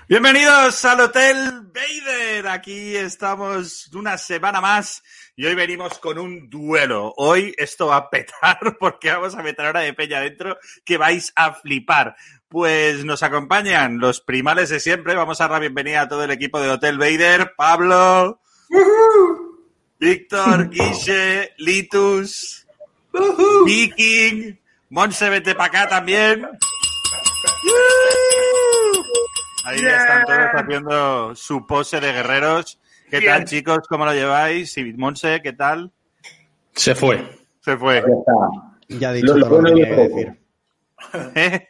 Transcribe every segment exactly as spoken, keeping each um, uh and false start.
Bienvenidos al Hotel Vader. Aquí estamos una semana más y hoy venimos con un duelo. Hoy esto va a petar porque vamos a meter ahora de peña adentro que vais a flipar. Pues nos acompañan los primales de siempre. Vamos a dar la bienvenida a todo el equipo de Hotel Vader. Pablo, uh-huh. Víctor, Guille, Litus, uh-huh. Viking, Monse, vete para acá también. Ahí yeah. ya están todos haciendo su pose de guerreros. ¿Qué Bien. tal, chicos? ¿Cómo lo lleváis? Y Monse, ¿qué tal? Se fue. Se fue. Ya he dicho lo, todo lo que quería decir. ¿Eh?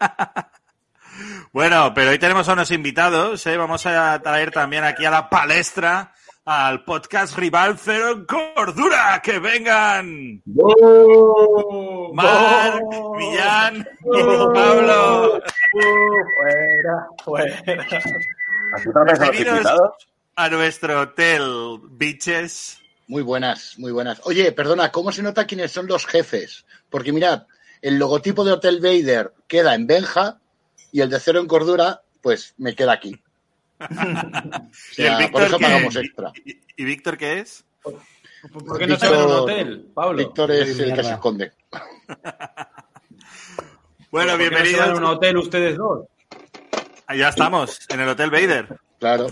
Bueno, pero hoy tenemos a unos invitados. ¿eh? Vamos a traer también aquí a la palestra al podcast rival Cero en Cordura. ¡Que vengan! ¡Oh! Marc, ¡Oh! Millán ¡Oh! y Pablo. ¡Oh! ¡Fuera! ¡Fuera! Bienvenidos a nuestro hotel, bitches. Muy buenas, muy buenas. Oye, perdona, ¿cómo se nota quiénes son los jefes? Porque mirad, el logotipo de Hotel Vader queda en Benja y el de Cero en Cordura, pues me queda aquí. O sea, ¿Y el Víctor por eso qué? pagamos extra. ¿Y, y, y Víctor qué es? ¿Por qué no está en un hotel, Pablo? Víctor es el que se esconde. Bueno, ¿Por bienvenidos. qué no se van a un hotel ustedes dos? Ya estamos, en el Hotel Vader. Claro.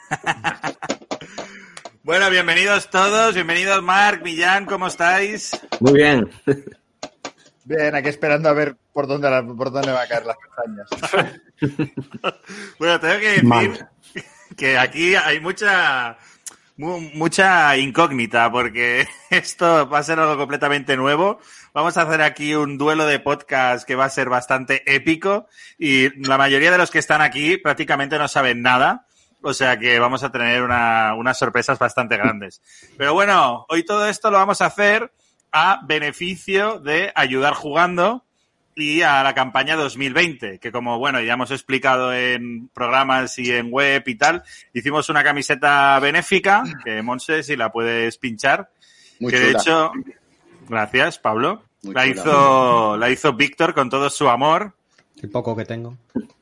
Bueno, bienvenidos todos. Bienvenidos Marc, Millán, ¿cómo estáis? Muy bien. Bien, aquí esperando a ver por dónde, la, por dónde va a caer las castañas. Bueno, tengo que decir Mal. que aquí hay mucha mucha incógnita porque esto va a ser algo completamente nuevo. Vamos a hacer aquí un duelo de podcast que va a ser bastante épico y la mayoría de los que están aquí prácticamente no saben nada. O sea que vamos a tener una, unas sorpresas bastante grandes. Pero bueno, hoy todo esto lo vamos a hacer a beneficio de Ayudar Jugando y a la campaña dos mil veinte, que como, bueno, ya hemos explicado en programas y en web y tal, hicimos una camiseta benéfica, que Monse, si la puedes pinchar, Muy que chula. de hecho, gracias, Pablo, Muy la chula. hizo, la hizo Víctor con todo su amor. El poco que tengo.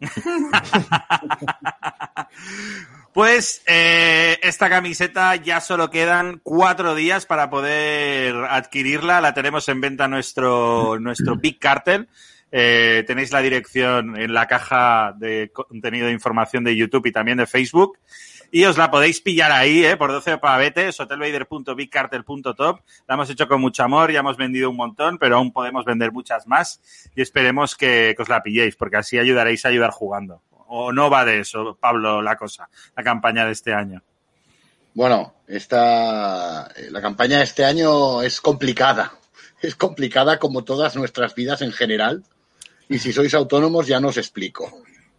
Pues eh, esta camiseta ya solo quedan cuatro días para poder adquirirla. La tenemos en venta en nuestro, nuestro Big Cartel. Eh, tenéis la dirección en la caja de contenido de información de YouTube y también de Facebook. Y os la podéis pillar ahí, ¿eh? Por doce pavetes, hotelvader punto big cartel punto top. La hemos hecho con mucho amor, ya hemos vendido un montón, pero aún podemos vender muchas más. Y esperemos que, que os la pilléis, porque así ayudaréis a ayudar jugando. ¿O no va de eso, Pablo, la cosa, la campaña de este año? Bueno, esta, la campaña de este año es complicada. Es complicada como todas nuestras vidas en general. Y si sois autónomos ya no os explico.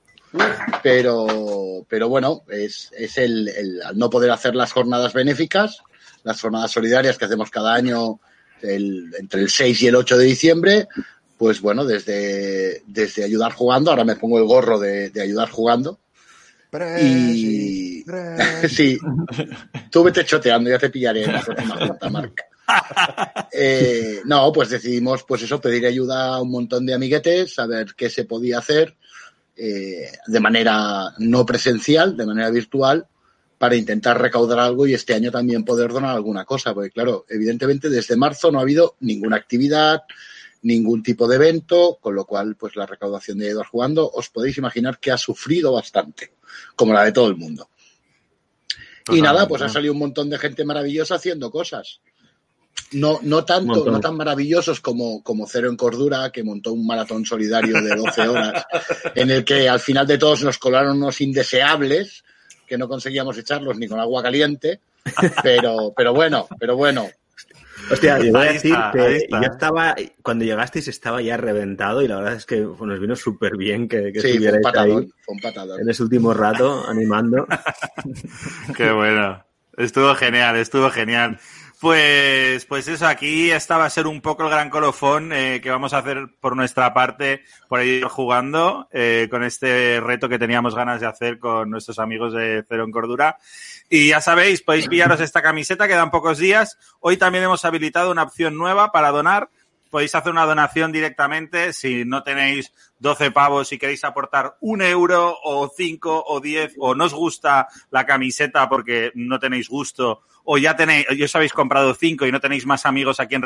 Pero, pero bueno, es, es el, el al no poder hacer las jornadas benéficas, las jornadas solidarias que hacemos cada año el, entre el seis y el ocho de diciembre, pues bueno, desde, desde Ayudar Jugando, ahora me pongo el gorro de, de Ayudar Jugando. Presi, Y presi. sí, tú vete choteando, ya te pillaré en la próxima junta, Marc. Eh, no, pues decidimos, pues eso, pedir ayuda a un montón de amiguetes, a ver qué se podía hacer eh, de manera no presencial, de manera virtual, para intentar recaudar algo y este año también poder donar alguna cosa, porque claro, evidentemente desde marzo no ha habido ninguna actividad, ningún tipo de evento, con lo cual pues la recaudación de Ayudar Jugando os podéis imaginar que ha sufrido bastante, como la de todo el mundo. Y nada, pues ha salido un montón de gente maravillosa haciendo cosas. No, no tanto, no tan maravillosos como, como Cero en Cordura, que montó un maratón solidario de doce horas, en el que al final de todos nos colaron unos indeseables, que no conseguíamos echarlos ni con agua caliente, pero, pero bueno, pero bueno. Hostia, yo voy a Ahí decir está, que está. yo estaba, cuando llegasteis estaba ya reventado y la verdad es que nos vino súper bien que, que Sí, fue un estuvierais patadón, ahí fue un patadón. en ese último rato animando. Qué bueno. Estuvo genial, estuvo genial. Pues, pues eso, aquí esta va a ser un poco el gran colofón eh, que vamos a hacer por nuestra parte por ir jugando eh, con este reto que teníamos ganas de hacer con nuestros amigos de Cero en Cordura. Y ya sabéis, podéis pillaros esta camiseta, quedan pocos días. Hoy también hemos habilitado una opción nueva para donar podéis hacer una donación directamente. Si no tenéis doce pavos y queréis aportar un euro o cinco o diez, o no os gusta la camiseta porque no tenéis gusto, o ya tenéis, ya os habéis comprado cinco y no tenéis más amigos a quien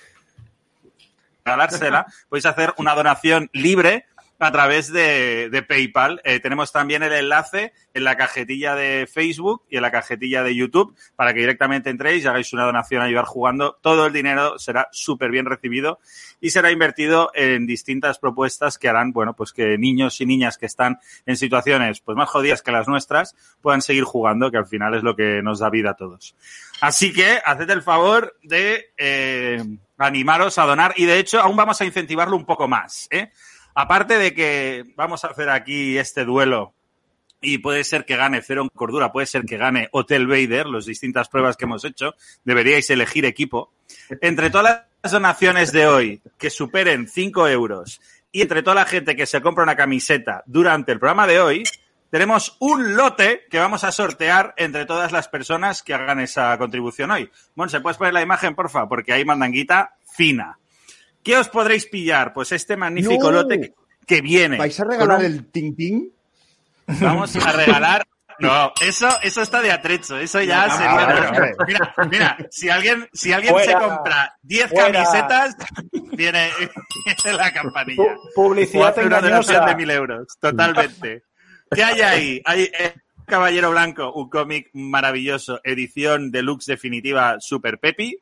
regalársela, podéis hacer una donación libre a través de, de PayPal. Eh, tenemos también el enlace en la cajetilla de Facebook y en la cajetilla de YouTube para que directamente entréis y hagáis una donación a Ayudar Jugando. Todo el dinero será súper bien recibido y será invertido en distintas propuestas que harán, bueno, pues que niños y niñas que están en situaciones pues más jodidas que las nuestras puedan seguir jugando, que al final es lo que nos da vida a todos. Así que haced el favor de eh, animaros a donar y, de hecho, aún vamos a incentivarlo un poco más, ¿eh? Aparte de que vamos a hacer aquí este duelo y puede ser que gane Cero en Cordura, puede ser que gane Hotel Vader, las distintas pruebas que hemos hecho, deberíais elegir equipo. Entre todas las donaciones de hoy que superen cinco euros y entre toda la gente que se compra una camiseta durante el programa de hoy, tenemos un lote que vamos a sortear entre todas las personas que hagan esa contribución hoy. Monse, ¿puedes poner la imagen, porfa? Porque hay mandanguita fina. ¿Qué os podréis pillar? Pues este magnífico no. lote que, que viene. ¿Vais a regalar un... el Ting Ting? Vamos a regalar... No, eso eso está de atrecho. Eso ya no, sería... No, no, no. Mira, mira, si alguien, si alguien se compra diez camisetas, viene, viene la campanilla. Publicidad una donación de mil euros. Totalmente. ¿Qué hay ahí? Hay eh, Caballero Blanco, un cómic maravilloso, edición deluxe definitiva Super Pepi.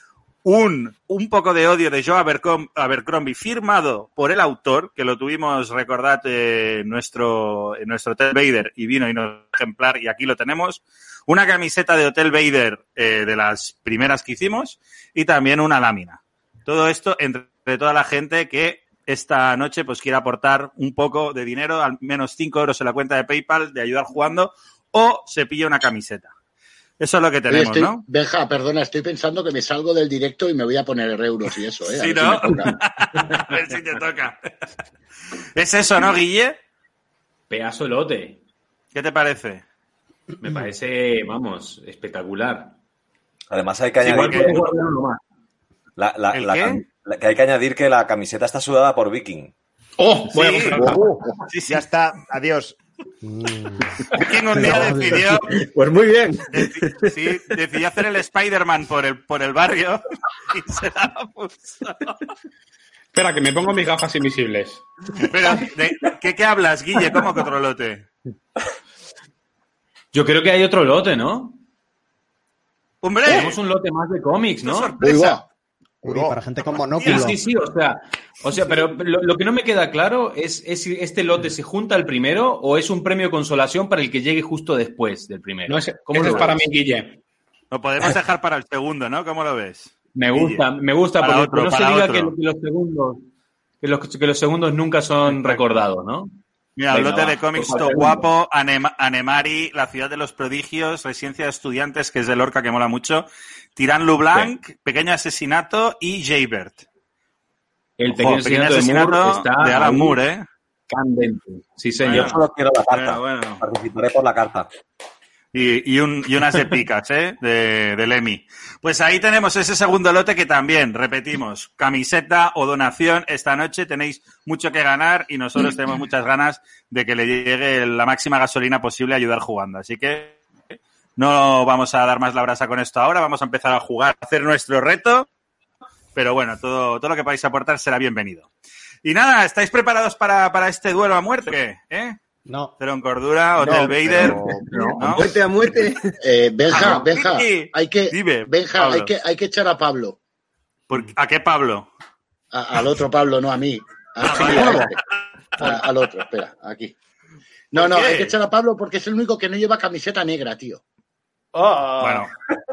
Un, un poco de odio de Joe Abercrom- Abercrombie firmado por el autor, que lo tuvimos, recordad, eh, en nuestro, en nuestro Hotel Vader y vino y nos ejemplar y aquí lo tenemos. Una camiseta de Hotel Vader eh, de las primeras que hicimos y también una lámina. Todo esto entre toda la gente que esta noche pues quiera aportar un poco de dinero, al menos cinco euros en la cuenta de PayPal de Ayudar Jugando o se pilla una camiseta. Eso es lo que tenemos, estoy, ¿no? Benja, perdona, estoy pensando que me salgo del directo y me voy a poner euros y eso, ¿eh? Sí, ¿no? Si a ver si te toca. Es eso, ¿no, Guille? Pedazo lote. ¿Qué te parece? Me parece, vamos, espectacular. Además hay que añadir sí, que, la, la, la, la, que hay que añadir que la camiseta está sudada por Viking. ¡Oh! Voy sí. a uh, sí, sí. Ya está, adiós. Viking un día decidió... Pues muy bien. Deci- sí, decidió hacer el Spider-Man por el, por el barrio y se la puso. Espera, que me pongo mis gafas invisibles. Pero, ¿de qué, qué hablas, Guille? ¿Cómo que otro lote? Yo creo que hay otro lote, ¿no? ¡Hombre! Tenemos un lote más de cómics, ¿no? ¡Sorpresa! Uy, para gente con monóculo. Sí, sí, sí, o sea, o sea, pero lo, lo que no me queda claro es, es si este lote se junta al primero o es un premio consolación para el que llegue justo después del primero. No, ese, ¿Cómo ese lo es para ves? mí, Guille. Lo podemos dejar para el segundo, ¿no? ¿Cómo lo ves? Me gusta, me gusta, Para porque otro, no se para diga otro. que, que los segundos que los, que los segundos nunca son recordados, ¿no? Mira, un Venga, lote va, de cómics pues, to al guapo, Anem- Anemari, La ciudad de los prodigios, Residencia de estudiantes, que es de Lorca, que mola mucho, Tirán Leblanc, sí. Pequeño asesinato y Jaybird. El pequeño, Ojo, pequeño asesinato, de Moore está de Alan Moore, ¿eh? Candente. Sí, señor. Yo solo quiero la carta. Bueno, bueno. Participaré por la carta. Y, y, un, y unas de picas, ¿eh? De, del Emi. Pues ahí tenemos ese segundo lote que también, repetimos, camiseta o donación. Esta noche tenéis mucho que ganar y nosotros tenemos muchas ganas de que le llegue la máxima gasolina posible a Ayudar Jugando. Así que no vamos a dar más la brasa con esto ahora. Vamos a empezar a jugar, a hacer nuestro reto. Pero bueno, todo, todo lo que podáis aportar será bienvenido. Y nada, ¿estáis preparados para, para este duelo a muerte? ¿Eh? No. Cero en Cordura, Hotel no, Vader. Pero, ¿no? A muerte, a muerte. Eh, Benja, Ah, Benja, sí. hay que, Dime, Benja, Pablo. hay que, hay que echar a Pablo. ¿Por, ¿A qué Pablo? A, al otro Pablo, no a mí. A, Ah, sí, vale. a este. A- al otro, espera, aquí. No, no, qué? hay que echar a Pablo porque es el único que no lleva camiseta negra, tío. Oh. Bueno.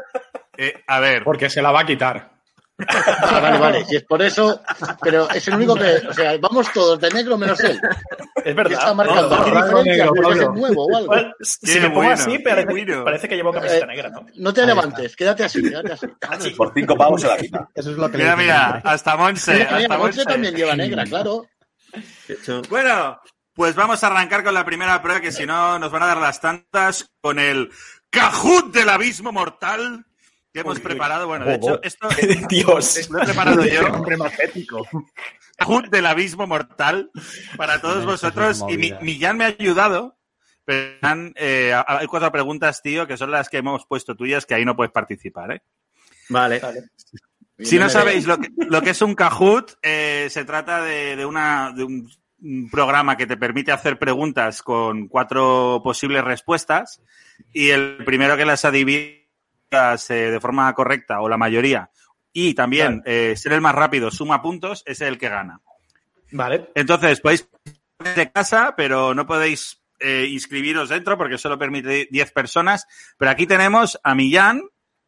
Eh, a ver. Porque se la va a quitar. Ah, vale, vale, si es por eso, pero es el único que, o sea, vamos todos de negro menos él. Es ¿Qué verdad. está marcando? No, ¿Qué no, diferencia? negro, ¿Es Pablo. el nuevo o algo? Bueno, si Qué me pongo bueno, así, qué parece, bueno. parece que llevo camiseta Eh, negra, ¿no? No te Ahí levantes, quédate así, quédate así. Por cinco pavos se la quita. Eso es lo que le Mira, dicen mira, siempre. hasta Monse. Mira, mira, Hasta Monse Monse. también lleva negra, claro. De hecho, Bueno, pues vamos a arrancar con la primera prueba, que si no nos van a dar las tantas, con el Cajut del Abismo Mortal. que hemos Uy, uy. preparado. Bueno, de Oh, hecho, oh. esto Dios. lo he preparado yo. Hombre más ético. Kahoot del abismo mortal para todos Eso es vosotros. Y mi, movida. Millán me ha ayudado. Pero han, eh, hay cuatro preguntas, tío, que son las que hemos puesto tuyas, que ahí no puedes participar, ¿eh? Vale. Si no sabéis lo que, lo que es un Kahoot, eh, se trata de, de, una, de un, un programa que te permite hacer preguntas con cuatro posibles respuestas y el primero que las adivinas eh, de forma correcta o la mayoría y también Vale. eh, ser el más rápido suma puntos, es el que gana. Vale. Entonces, podéis de casa, pero no podéis eh, inscribiros dentro porque solo permite diez personas. Pero aquí tenemos a Millán,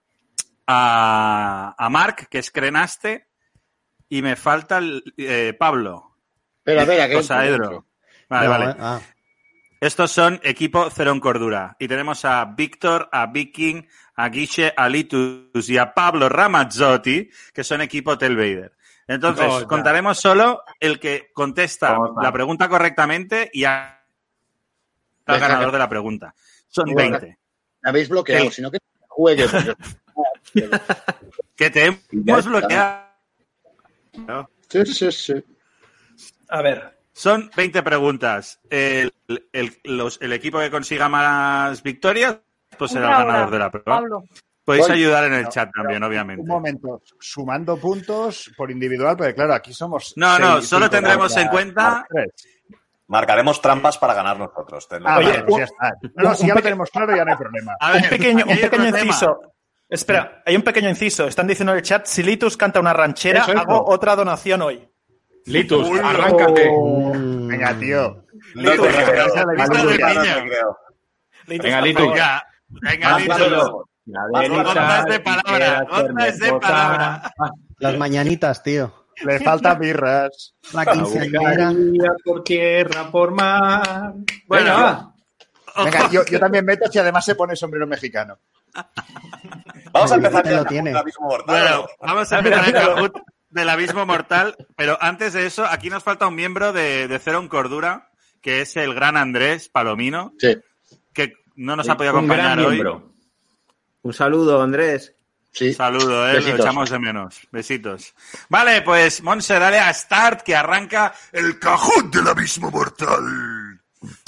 a, a Marc, que es Crenaste, y me falta el, eh, Pablo. Pero a ver, ¿a qué? Cosaedro. Vale, No, vale. eh, ah, Estos son equipo Cero en Cordura. Y tenemos a Víctor, a Viking, a Guiche, a Litus y a Pablo Ramazzotti, que son equipo Telvader. Entonces, Oh, ya. contaremos solo el que contesta Vamos, la pregunta correctamente y a el Deja ganador que- de la pregunta. Son Bueno. veinte. Me habéis bloqueado, Sí. si no que juegue. Porque... Que te hemos bloqueado. Sí, sí, sí. A ver. Son veinte preguntas. El, el- los- el equipo que consiga más victorias, pues será el Una ganador hora, de la prueba. Pablo. Podéis Voy. ayudar en el No, chat pero también, Un obviamente. momento, sumando puntos por individual, porque claro, aquí somos. No, no, seis, solo cinco tendremos contra en cuenta- tres. Marcaremos trampas para ganar nosotros. tenlo Ah, claro. vale, pues ya está. No, no, si ya lo tenemos claro, ya no hay problema. A Un ver, pequeño, aquí un hay pequeño otro tema. inciso. Espera, hay un pequeño inciso. Están diciendo en el chat, si Litus canta una ranchera, Eso, eso. hago otra donación hoy. Litus, Uy, arráncate. mm, Venga, tío. No te Litus, creo. esa la he visto Litus, No muy de bien. te niño. creo. Litus, Venga, por Litus. favor. Venga, venga, Más Litus. rápido. Gotas de palabra, gotas de palabra. las mañanitas, tío. Le faltan birras. La quinceañera. Por tierra, por mar. Bueno, Bueno, va. Venga, yo, yo también meto si además se pone sombrero mexicano. Vamos a empezar Te ya lo con tiene. el abismo mortal. Bueno, vamos a empezar el Kahoot del abismo mortal, pero antes de eso, aquí nos falta un miembro de, de Cero en Cordura, que es el gran Andrés Palomino, Sí, que no nos ha podido Un gran acompañar hoy. miembro. Un saludo, Andrés. sí. Saludo, eh, Besitos. lo echamos de menos. Besitos. Vale, pues, Monse, dale a Start, que arranca el Kahoot del abismo mortal.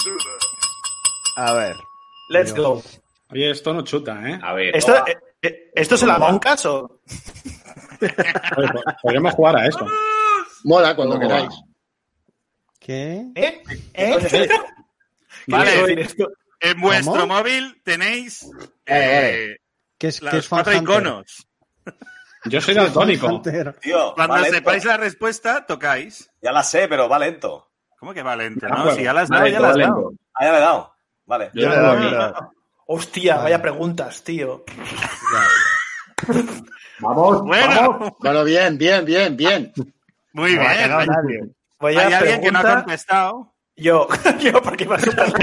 A ver. Let's go. Oye, esto no chuta, ¿eh? A ver. ¿Esto, eh, eh, ¿esto es el Among Us o...? Oye, po- podríamos jugar a esto. Mola cuando ¿Cómo queráis. va? ¿Qué? ¿Eh? ¿Eh? Vale. ¿Qué quiere decir esto? En vuestro ¿Cómo? móvil tenéis Eh, eh, ¿Qué es, qué los es Fan cuatro Hunter? iconos. Yo soy ¿Qué es daltónico. Fan Hunter? Tío, Cuando va lento. sepáis la respuesta, tocáis. Ya la sé, pero va lento. ¿Cómo que va lento? Ah, No, bueno. si ya las has dado, Vale, ya las has vale. dado. Ah, ya le he dado. Vale. Yo Yo no le he dado, lo yo vi. le he dado. Hostia, vaya preguntas, tío. Vamos, Bueno, vamos. Bueno, bien, bien, bien, bien. muy No ha bien. cagado Hay, nadie. Vaya hay alguien que no ha pregunta. contestado. Yo, yo, porque iba a ser tan-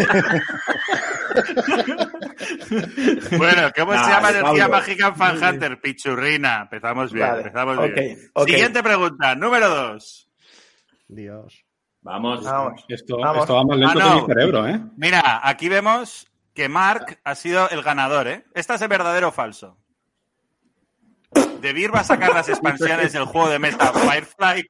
Bueno, ¿cómo se Nah, llama de energía Pablo. mágica en Fan Hunter? Pichurrina. Empezamos bien, Vale, empezamos ok, bien. ok. Siguiente pregunta, número dos. Dios. Vamos. Vamos. Esto, Vamos. esto va más lento Ah, no. que mi cerebro, ¿eh? Mira, aquí vemos que Mark ha sido el ganador, ¿eh? ¿Esta es el verdadero o falso? De Beer va a sacar las expansiones del juego de meta Firefly.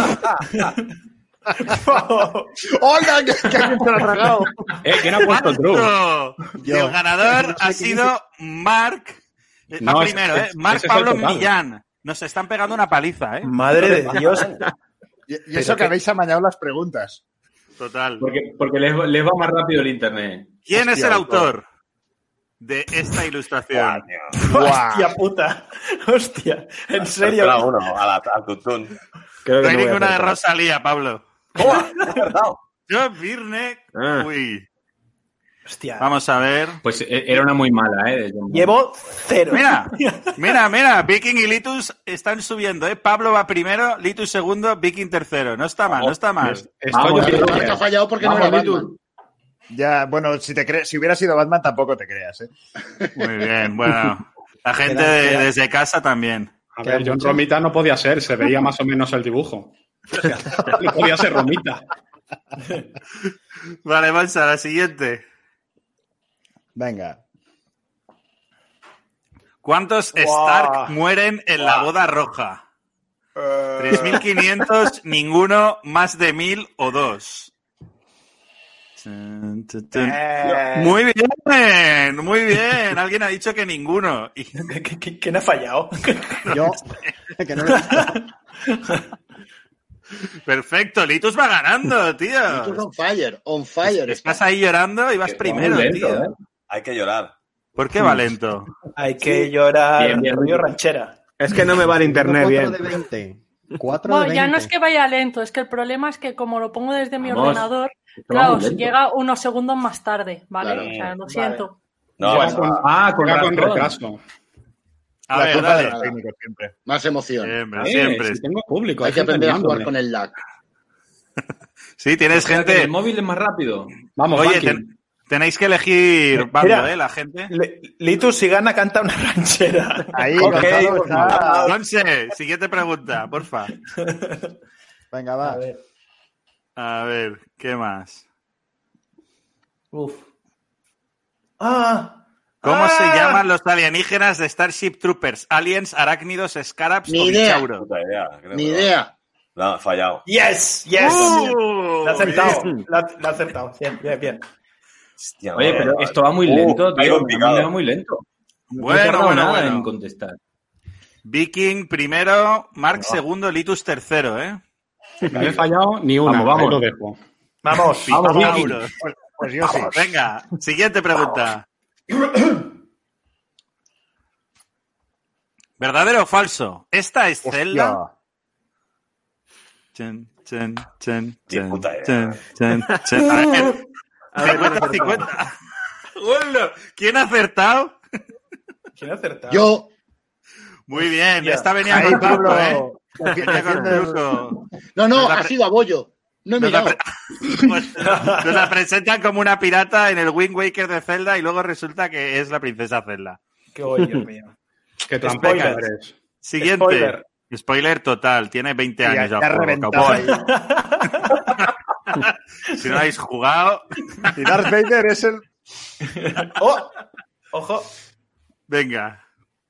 ¡Hola! ¿Qué, qué alguien se lo ha tragado? Eh, ¿quién ha puesto true? ¡Falso! Y el ganador No sé ha qué sido Mark. Va No, es- primero, es- ¿eh? Mark ese es el Pablo total. Millán. Nos están pegando una paliza, ¿eh? Madre de Dios. Y, y eso que habéis amañado las preguntas. Total. Porque, porque les, les va más rápido el internet. ¿Quién es Hostia, el autor. autor de esta ilustración? Hostia puta. Hostia. En serio. Espera uno, a la- al tuntún. Creo No que hay no voy a ninguna de acertar. Rosalía, Pablo. Es verdad. Yo, Virne. Ah. Uy. Hostia. Vamos a ver. Pues eh, era una muy mala, ¿eh? de John Bond. Llevo cero. Mira, mira, mira. Viking y Litus están subiendo, ¿eh? Pablo va primero, Litus segundo, Viking tercero. No está mal, no está mal. Estoy Vamos, yo- tío. Marc ha fallado porque no Vamos, era Litus. Batman. Ya, bueno, si te cre- si hubiera sido Batman tampoco te creas, ¿eh? Muy bien, bueno. La gente de- desde casa también. A ver, John Romita no podía ser, se veía más o menos el dibujo. O sea, no podía ser Romita. Vale, vamos a la siguiente. Venga. ¿Cuántos Wow. Stark mueren en la boda roja? tres mil quinientos, ninguno, más de mil o dos. Tun, tun, tun. Eh. Muy bien, muy bien. Alguien ha dicho que ninguno. Y- ¿Quién ha fallado? Yo. Que no lo he visto. Perfecto, Litus va ganando, tío. Litus on fire, on fire. Estás ahí llorando y vas Que va primero, muy lento, tío. ¿eh? Hay que llorar. ¿Por qué va lento? Hay que llorar. Bien, bien. Rollo ranchera. Es que no me va el internet cuatro bien. de veinte. cuatro No, de veinte. ya no es que vaya lento, es que el problema es que como lo pongo desde mi Vamos, ordenador, esto va claro, muy lento. llega unos segundos más tarde, ¿vale? Claro. O sea, lo Vale. siento. No, Juega con, Ah, con juega con razón. retraso. A La ver, culpa de dale. los técnicos siempre. Más emoción. Siempre, Eh, siempre. si tengo público. Hay que gente aprender a jugar mirándome. con el lag. Sí, tienes O sea, que gente. el móvil es más rápido. Vamos, Oye, Banky. ten- tenéis que elegir bando, Mira. ¿eh? La gente. Le- Litus, si gana, canta una ranchera. Ahí, Ok, Gonzalo, por está. favor. Conse, siguiente pregunta, porfa. Venga, va. A ver. A ver, ¿qué más? Uf. Ah. ¿Cómo Ah. se llaman los alienígenas de Starship Troopers? Aliens, arácnidos, Scaraps Ni o idea. Bichauros. Puta idea. creo Ni que no. idea. No, he fallado. Yes, yes. ¡Uh! Lo ha acertado. Bien. Lo ha, lo ha acertado. Bien, bien, bien. Hostia, Oye, no, pero no, esto va muy Uh, lento, ahí tío. complicado. Me va muy lento. No he Bueno, tardado bueno, nada bueno. en contestar. Viking primero, Mark segundo, Litus tercero, ¿eh? No he fallado ni una. Vamos, vamos. Ahí lo dejo. Vamos. Vamos, Viking. Bichauros. Pues, pues yo sí. Venga, siguiente pregunta. ¿Verdadero o falso? ¿Esta es Zelda? Hostia. Chen, chen, chen, Ni chen, puta idea. chen, chen, chen. A ver, cincuenta cincuenta. Bueno, ¿quién ha acertado? ¿Quién ha acertado? Yo, Muy bien, Ya. esta venía Ahí, con truco, Pablo. ¿eh? defi- Venía con defiende el- truco. no, no, Nos la ha pre- sido a bollo. No he Nos la, mirado. pre- pues, nos la presentan como una pirata en el Wind Waker de Zelda y luego resulta que es la princesa Zelda. Qué oye, Dios mío. Qué tramposo Spoiler. eres. Siguiente. Spoiler. Spoiler total, tiene veinte Ya, años ya ya. ha el juego, reventado cowboy. ahí. Si no habéis jugado, Y Darth Vader es el. ¡Oh! ¡Ojo! venga.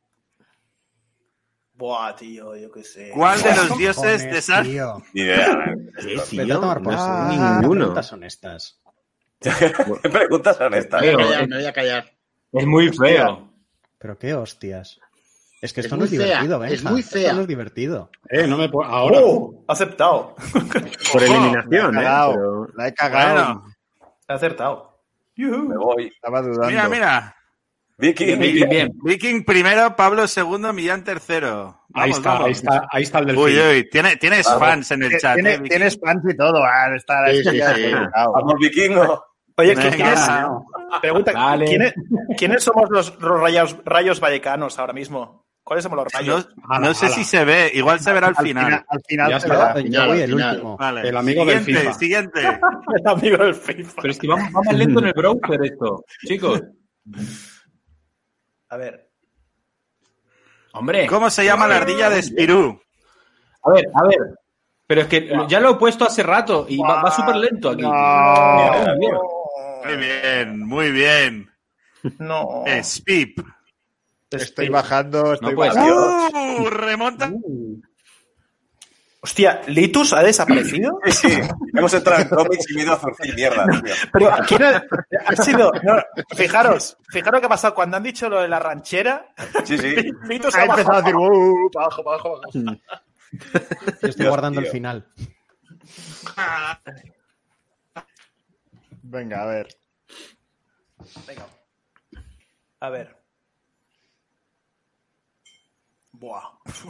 Buah, tío, yo qué sé. ¿Cuál de los dioses Cojones, de San... tío. Ni idea. Vete a tomar por No sé saco. ninguno. ¿Qué preguntas son estas? ¿Qué preguntas son estas? Me voy a Pero, callar, eh, me voy a callar. Es muy feo. Pero qué hostias. Es que Es esto muy no es fea, divertido, es Benja. muy Esto fea. no es divertido. Eh, no me puedo. Ahora. ¡Oh! Ha aceptado. Por Ojo, eliminación, La he ¿eh? cagado. Pero- La he cagado. Bueno, Ha acertado. Me Yuhu. voy. Estaba dudando. mira, mira. Vicky, Bien, Vicky. bien, bien. Viking primero, Pablo segundo, Millán tercero. Ahí Vamos, está, vamos. ahí está, ahí está el del Uy, fin. uy, tiene- tienes Vamos. fans en el chat. Tiene- ¿eh, Viking? Tienes fans y todo. Ah, está, Sí, esto sí, ya sí. está cagado. Vamos, vikingo. Oye, Venga. ¿quiénes, pregunta, Dale. ¿quiénes, ¿quiénes somos los, los rayos, rayos vallecanos ahora mismo? ¿Cuáles somos los No, rayos? no sé Ala. si se ve, igual se verá al final. Al final Ya se está. verá. Yo final, voy el final. último. Vale. El amigo del siguiente, FIFA. siguiente. El amigo del FIFA. Pero es que va, va más lento en el browser esto. Chicos. A ver. Hombre. ¿Cómo se llama la ardilla de Spirú? A ver, a ver. Pero es que ya lo he puesto hace rato y va, va súper lento aquí. No. Mira, mira. Muy bien, muy bien. No. Es Pip. Estoy bajando, estoy No puede bajando. ¡Uh! Remonta. Hostia, ¿Litus ha desaparecido? Sí, sí. Hemos entrado en cómics y me he ido a hacer mierda, tío. Pero ¿quién ha, ha sido? No, fijaros, fijaros qué ha pasado cuando han dicho lo de la ranchera. Sí, sí. Litus Ha ha empezado a bajado. decir, uh, para abajo, para abajo, para abajo. Yo estoy Dios, guardando tío. el final. Venga, a ver. Venga. A ver. Buah.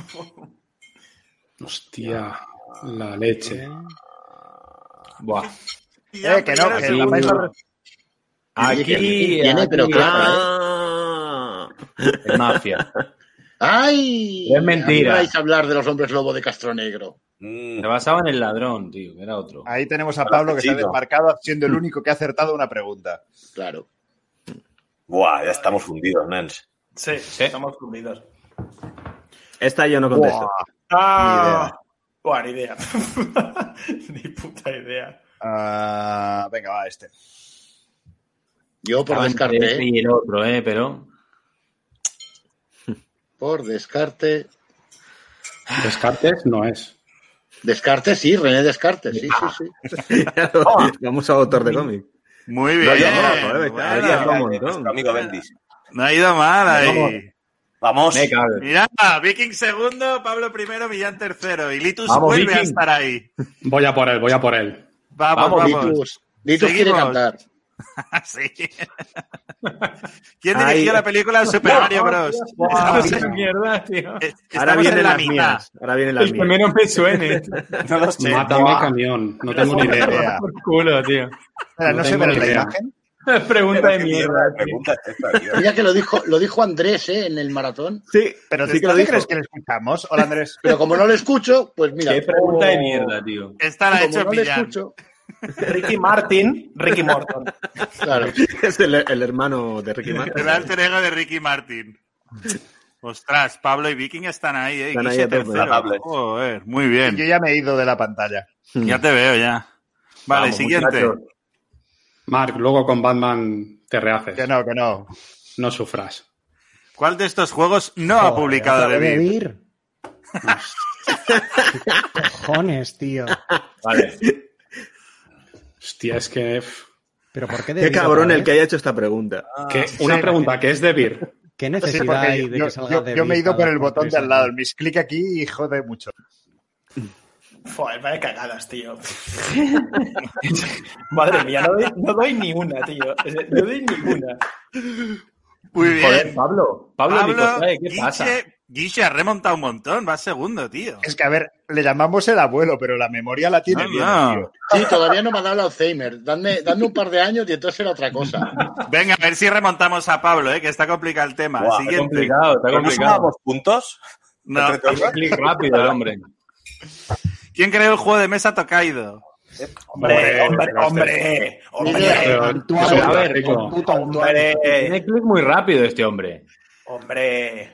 Hostia, la leche. Buah. Eh, que no, que la vais a... Aquí, Tiene, pero aquí, claro, ¿eh? Ah. es mafia. ¡Ay! Es mentira. A mí vais a hablar de los hombres lobo de Castro Negro. Mm. Se basaba en el ladrón, tío, que era otro. Ahí tenemos a Pablo que se ha Chico. desmarcado siendo el único que ha acertado una pregunta. Claro. Buah, ya estamos fundidos, nens. Sí, Sí. estamos fundidos. Esta yo no contesto. Ah, Buah, ni idea. Ni puta idea. Ah, venga, va, este. Yo por Estaba entre descarte, este ¿eh? y el otro, eh, pero. por descarte. Descartes no es. Descartes, sí, René Descartes, sí, sí, sí. Vamos a autor de cómic. Muy bien. No, yo no, joder, Bueno, cada día un Nuestro montón. amigo Bendis. no ha ido mal ahí. Vamos. Me cago. Mira, Viking segundo, Pablo primero, Millán tercero. Y Litus Vamos, vuelve a Viking. estar ahí. Voy a por él, voy a por él. Vamos, Vamos, vamos. Litus, Litus quiere Seguimos. cantar. Sí. ¿Quién Ahí. dirigió la película Super Mario Bros? Estamos en, mierda, tío. eh, Ahora estamos en vienen la las mitad. mías. Ahora vienen las El que mías. menos me suene. No lo sé. Mátame camión. No tengo ni idea. idea. Por culo, tío. Espera, No no se tengo ve ni la idea. imagen. Pregunta de ¿Qué mierda, tío. pregunta es esta, tío? Mira que lo dijo, lo dijo Andrés, ¿eh? En el maratón. Sí, Pero sí ¿tú que lo qué dijo. crees que le escuchamos? Hola, Andrés. Pero como no lo escucho, pues mira. Qué pregunta de mierda, tío. Esta la ha Como hecho no le Millán. escucho, Ricky Martin, Ricky Morton. claro. Es el, el hermano de Ricky Martin. El alter ego de Ricky Martin. Ostras, Pablo y Viking están ahí, ¿eh? Están Guille ahí a tope. tercero. Amables. Joder, muy bien. Yo ya me he ido de la pantalla. Ya te veo, ya. Vale, Vamos, siguiente. muchachos. Mark, luego con Batman te rehaces. Que no, que no. No sufras. ¿Cuál de estos juegos no ha publicado Joder, de otra vez Vir? Vir. ¿Qué cojones, tío? Vale. Hostia, es que... pff, ¿Pero por qué de Qué Vir cabrón otra el vez? que haya hecho esta pregunta. que- una pregunta, ¿qué es de Vir? ¿Qué Sí, necesidad porque hay de yo, que salga yo- de yo me he Vir ido por cada el por botón tres de al lado, el años? misclick aquí y jode mucho. Joder, vaya cagadas, tío. Madre mía, no doy, no doy ni una, tío. No doy ni una. Muy bien. Joder, Pablo. Pablo, Pablo, Nicosae, ¿qué pasa? Guille, Guille ha remontado un montón, va segundo, tío. Es que, a ver, le llamamos el abuelo, pero la memoria la tiene No, bien, no. tío. Sí, todavía no me ha dado el Alzheimer. Dadme, dadme un par de años y entonces era otra cosa. Venga, a ver si remontamos a Pablo, ¿eh? Que está complicado el tema. Buah, está Está Siguiente. complicado, está ¿Pero no complicado. sumábamos puntos? No. ¿Entre todos? Clic rápido el hombre. ¿Quién creó el juego de mesa Tokaido? Hombre, hombre, pero hombre. Hombre, Pero- Antoine, A ver, rico. puto hombre. Tiene clic muy rápido este hombre. Hombre.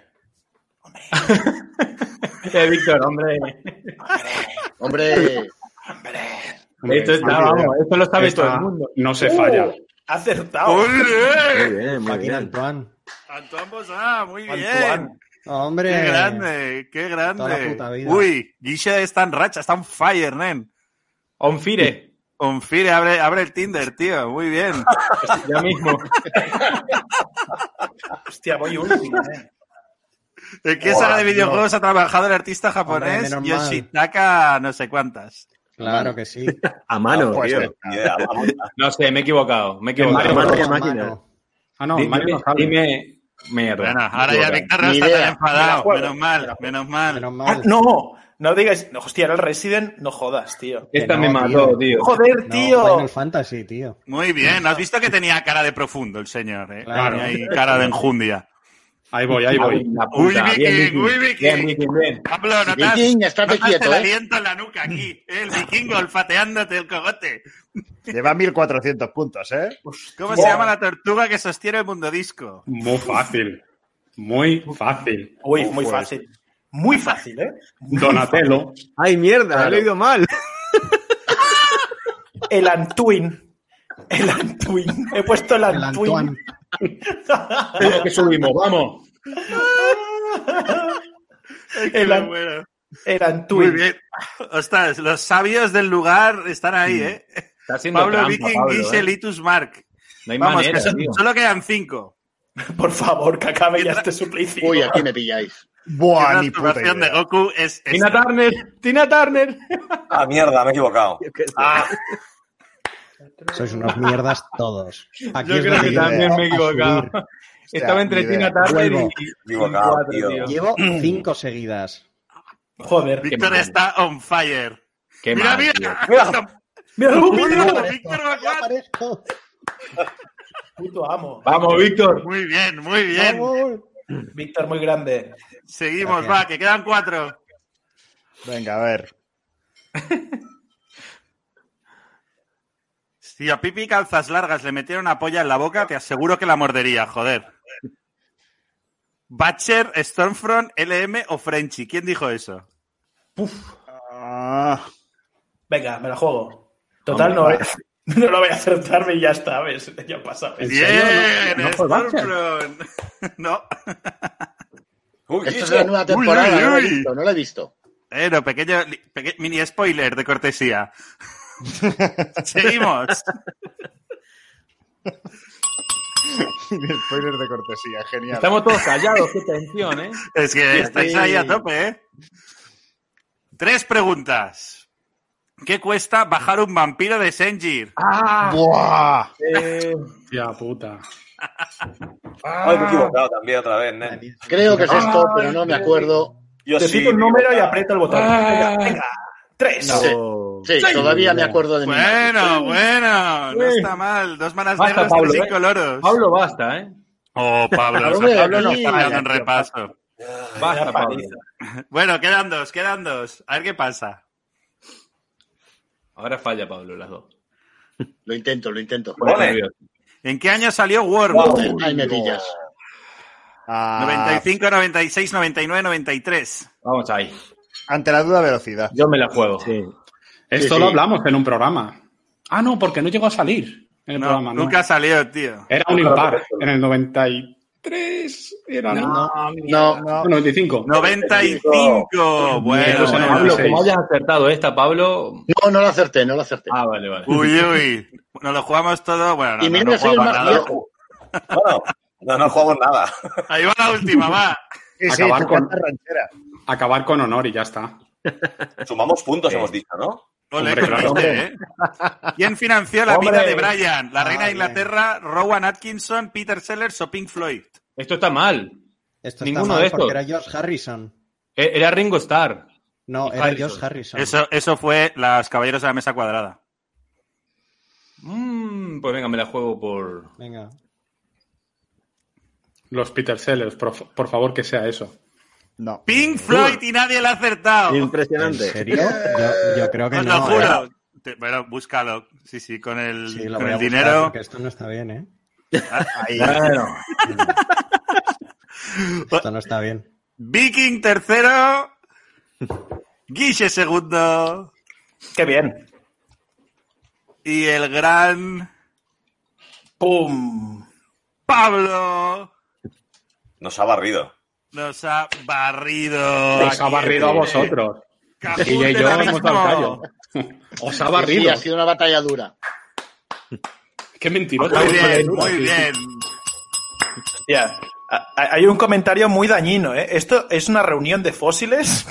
Eh, Víctor, hombre. Hombre, Hombre, Esto está, muy bien. vamos, esto lo sabe Esta todo el mundo. No se falla. Ha acertado. Muy ¡Ole! bien, muy Joaquín bien. Antoine. Antoine Bosá, muy bien. Antoine. Hombre. Qué grande, qué Toda la grande. puta vida. Uy, Guille está en racha, está on fire, nen. On fire. On fire, abre, abre el Tinder, tío. Muy bien. Ya mismo. Hostia, voy último, eh. ¿En qué Buah, saga de no. videojuegos ha trabajado el artista japonés menos mal. Yoshitaka no sé cuántas? Claro que sí. A mano, Pues, tío. eh, Ni idea, vamos. No sé, me he equivocado. Me he En Mario equivocado. Bros. Mario A máquina. mano. Ah, no, Dime, Mario no sabe. dime mierda. Bueno, ahora ya Víctor no Ni está idea. tan Me la enfadado. juego. Menos mal, menos mal. Menos Ah, mal. no, no digas. No, hostia, era el Resident, no jodas, tío. Esta Que me no, mató, tío. tío. Joder, No, tío. Final Fantasy, tío. Muy bien, ¿no has visto que tenía cara de profundo el señor? ¿eh? Claro. Tenía ahí cara de enjundia. Ahí voy, ahí voy. La Uy, puta. Viking, Bien, Viking. uy, Viking. Bien, Viking, bien. Pablo, notas, Viking, estate notas quieto, el ¿eh? aliento en la nuca aquí. ¿eh? El vikingo olfateándote el cogote. Lleva mil cuatrocientos puntos, ¿eh? ¿Cómo se llama la tortuga que sostiene el mundo disco? Muy fácil. Muy fácil. Uy, muy fácil. Muy fácil, ¿eh? Donatello. ¡Ay, mierda! Claro. He leído mal. El Antuin. El Antuin. He puesto el El Antuin. Antoine. Vamos que subimos, vamos. El, Qué An- bueno. el Muy Antuin. bien. Ostras, los sabios del lugar están ahí, ¿eh? Está haciendo Pablo, trampa, Viking, Pablo, Guille, ¿eh? Litus, Mark. No hay Vamos, manera, que so- tío. solo quedan cinco. Por favor, que acabe ya este suplicio. uy, aquí me pilláis. Buah, La ni puta transformación de idea. Goku es Tina esta. Turner. Tina Turner. Ah, mierda, me he equivocado. Ah, Sois unos mierdas todos. Aquí Yo es creo donde que yo también voy me he a equivocado. subir. Estaba entre ni Tina idea. Turner y, Vuelvo. y Equivocado, cuatro, tío. tío. Llevo cinco seguidas. joder. qué Víctor mal. está on fire. Qué Mira, mal, mira. tío. Mira, Mira, mira, mira, Víctor Ya Bacuat. aparezco. puto amo. Vamos, Víctor. Muy bien, muy bien. Vamos. Víctor muy grande. Seguimos, Gracias. va, que quedan cuatro. Venga, a ver. Si a Pipi Calzas Largas le metieron una polla en la boca, te aseguro que la mordería, joder. Batcher, Stormfront, L M o Frenchy. ¿Quién dijo eso? Ah, Venga, me la juego. Total, no, voy a- no lo voy a acertarme y ya está, ¿ves? Ya pasa. ¿En Bien, serio? ¿No- no fue Batcher? Stormfront. No. Uy, Esto es la nueva temporada, uy, uy, no la he uy. visto, no la he visto. Bueno, pequeño, peque- mini spoiler de cortesía. Seguimos. Spoiler de cortesía, genial. Estamos todos callados, qué tensión, ¿eh? Es que estáis ahí a tope, ¿eh? Tres preguntas. ¿Qué cuesta bajar un vampiro de Sengir? ¡Ah! ¡Buah! Eh, Ya puta. Ay, me he equivocado también otra vez, ¿eh? Creo que es esto, pero no me acuerdo. Yo Te sí. cito un me he número y equivocado. aprieto el botón. Venga, venga. Tres. No. Sí, todavía me acuerdo de mí. Bueno, bueno, no está mal. Dos manas Basta, negras, Pablo, tres ¿eh? incoloros. Pablo, basta, ¿eh? Oh, Pablo, Hombre, Pablo nos aquí- está dando un repaso. Basta, Pablo. Bueno, quedan dos, quedan dos. A ver qué pasa. Ahora falla Pablo las dos. Lo intento, lo intento. Ole. ¿En qué año salió Worm? Joder, ahí me pillas. Ah, noventa y cinco, noventa y seis, noventa y nueve, noventa y tres. Vamos ahí. Ante la duda, velocidad. Yo me la juego. Sí. Esto Sí, lo sí. hablamos en un programa. Ah, no, porque no llegó a salir en el No, programa. no. nunca salió, tío. Era un impar. En el noventa y tres era, ¿no? No, No, no. noventa y cinco. noventa y cinco. Bueno, Entonces, bueno. Pablo, noventa y seis. como hayas acertado esta, Pablo. no, no lo acerté, no lo acerté. Ah, vale, vale. Uy, uy. Nos lo jugamos todo. Bueno, no, Y no, mira no que soy el jugamos más nada. viejo. Bueno, no, no jugamos nada. Ahí va la última, va. Sí, sí, Acabar tu con- carta ranchera. Acabar con honor y ya está. Sumamos puntos, hemos dicho, ¿no? Ole, Hombre, con claro. este, ¿eh? ¿Quién financió la Hombre. vida de Brian? ¿La reina de Ah, bien. Inglaterra, Rowan Atkinson, Peter Sellers o Pink Floyd? Esto está mal. Esto está Ninguno mal de estos. porque era George Harrison. E- Era Ringo Starr. No, Y era Harrison. George Harrison. Eso, eso fue Los Caballeros de la Mesa Cuadrada. Mm, pues venga, me la juego por. Venga. Los Peter Sellers, por, por favor, que sea eso. No. Pink Floyd y nadie lo ha acertado. ¿En Impresionante. serio? Yo, yo creo que Os no. lo juro. ¿eh? Te- bueno, búscalo. Sí, sí, con el, Sí, lo con voy a el buscar dinero. porque esto no está bien, ¿eh? Ahí. Bueno, Esto no está bien. Viking tercero. Guille segundo. Qué bien. Y el gran ¡Pum! Pablo Nos ha barrido. nos ha barrido. Os ha barrido a vosotros. Cajún Y del yo hemos abismo. dado callo. Os ha Sí, barrido. ha sido una batalla dura. Qué mentiroso. Muy bien, muy bien. Ya. a- a- Hay un comentario muy dañino, ¿eh? ¿Esto es una reunión de fósiles?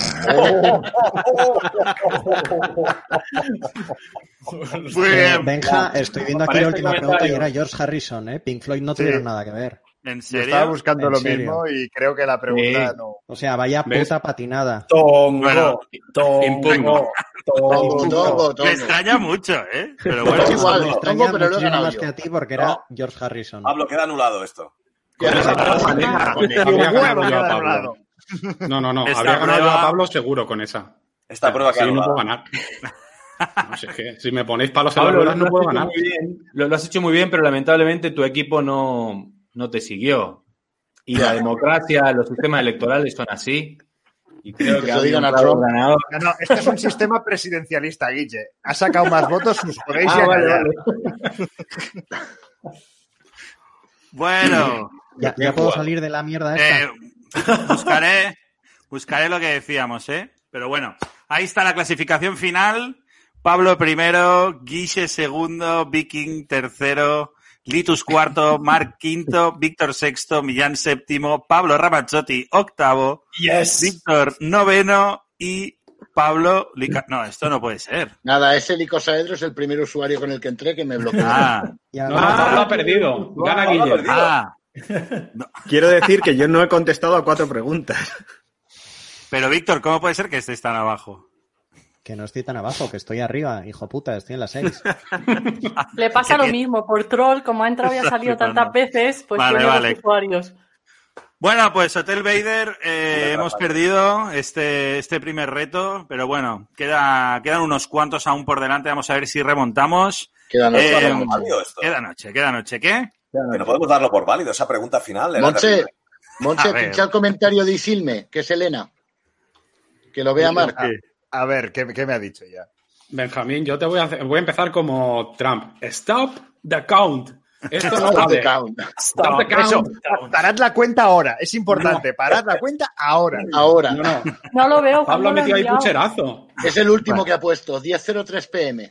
Muy Eh, bien. Benja, estoy viendo aquí la Para este última pregunta y comentario. era George Harrison, ¿eh? Pink Floyd no Sí. tuvieron nada que ver. ¿En Yo serio? estaba buscando ¿En lo serio? mismo y creo que la pregunta Sí. no. O sea, vaya ¿Ves? puta patinada. Tongo, Bueno, tongo, impugno. Tongo, tongo. tongo, Me tongo. extraña mucho, ¿eh? Pero Es bueno. igual, Me tongo, extraña pero lo he muchísimo ganado más yo. que a ti porque era George Harrison. Pablo, queda anulado esto. Habría ganado yo a Pablo. Claro. No, no, no. Esta Habría ganado yo prueba- a Pablo seguro con esa. Esta prueba Sí, queda no puedo anulada. ganar. No sé qué. Si me ponéis palos en las Pablo, ruedas, lo, no puedo has hecho ganar. muy bien, lo, lo has hecho muy bien, pero lamentablemente tu equipo no, no te siguió. Y la democracia, los sistemas electorales son así. Y creo Que que se lo ha digan a encontrado un Trump. ganador. No, no, este es un sistema presidencialista, Guille. Ha sacado más votos, os podéis Ah, ya vale, callar. vale. Bueno, Ya, ya puedo salir de la mierda eh, esta. buscaré, buscaré lo que decíamos, ¿eh? Pero bueno, ahí está la clasificación final. Pablo primero, Guille segundo, Viking tercero, Litus cuarto, Marc quinto, Víctor sexto, Millán séptimo, Pablo Ramazzotti octavo, Yes. Víctor noveno y Pablo... Lica- No, esto no puede ser. Nada, ese Licosaedro es el primer usuario con el que entré que me bloqueó. Ah, Ya- No, no, Pablo ha perdido. Gana Pablo ha Guille. perdido. ah. Quiero decir que yo no he contestado a cuatro preguntas. Pero Víctor, ¿cómo puede ser que estéis tan abajo? Que no estoy tan abajo, que estoy arriba, hijo puta, estoy en las seis. Le pasa ¿Qué lo tiene? mismo, por troll, como ha entrado y ha salido Flipando. tantas veces, pues Vale, tiene vale. los usuarios. Bueno, pues Hotel Vader, eh, Hombre, hemos Rafael. perdido este, este primer reto, pero bueno, queda, quedan unos cuantos aún por delante, vamos a ver si remontamos. Queda noche. Eh, ¿Por válido esto? Queda noche, queda noche, ¿qué? Que no podemos darlo por válido. Esa pregunta final era Monse, terrible. Monse, A ver. pincha el comentario de Isilme, que es Elena. Que lo vea Marc. A, a ver, ¿qué, qué me ha dicho ya? Benjamín, yo te voy a hacer- voy a empezar como Trump. Stop the count. Esto no vale. Count. Stop the count. Eso, parad la cuenta ahora. Es importante. No. Parad la cuenta ahora. Ahora. No, no. No lo veo. Pablo ha metido ahí pucherazo. Es el último vale. que ha puesto, diez cero tres pm.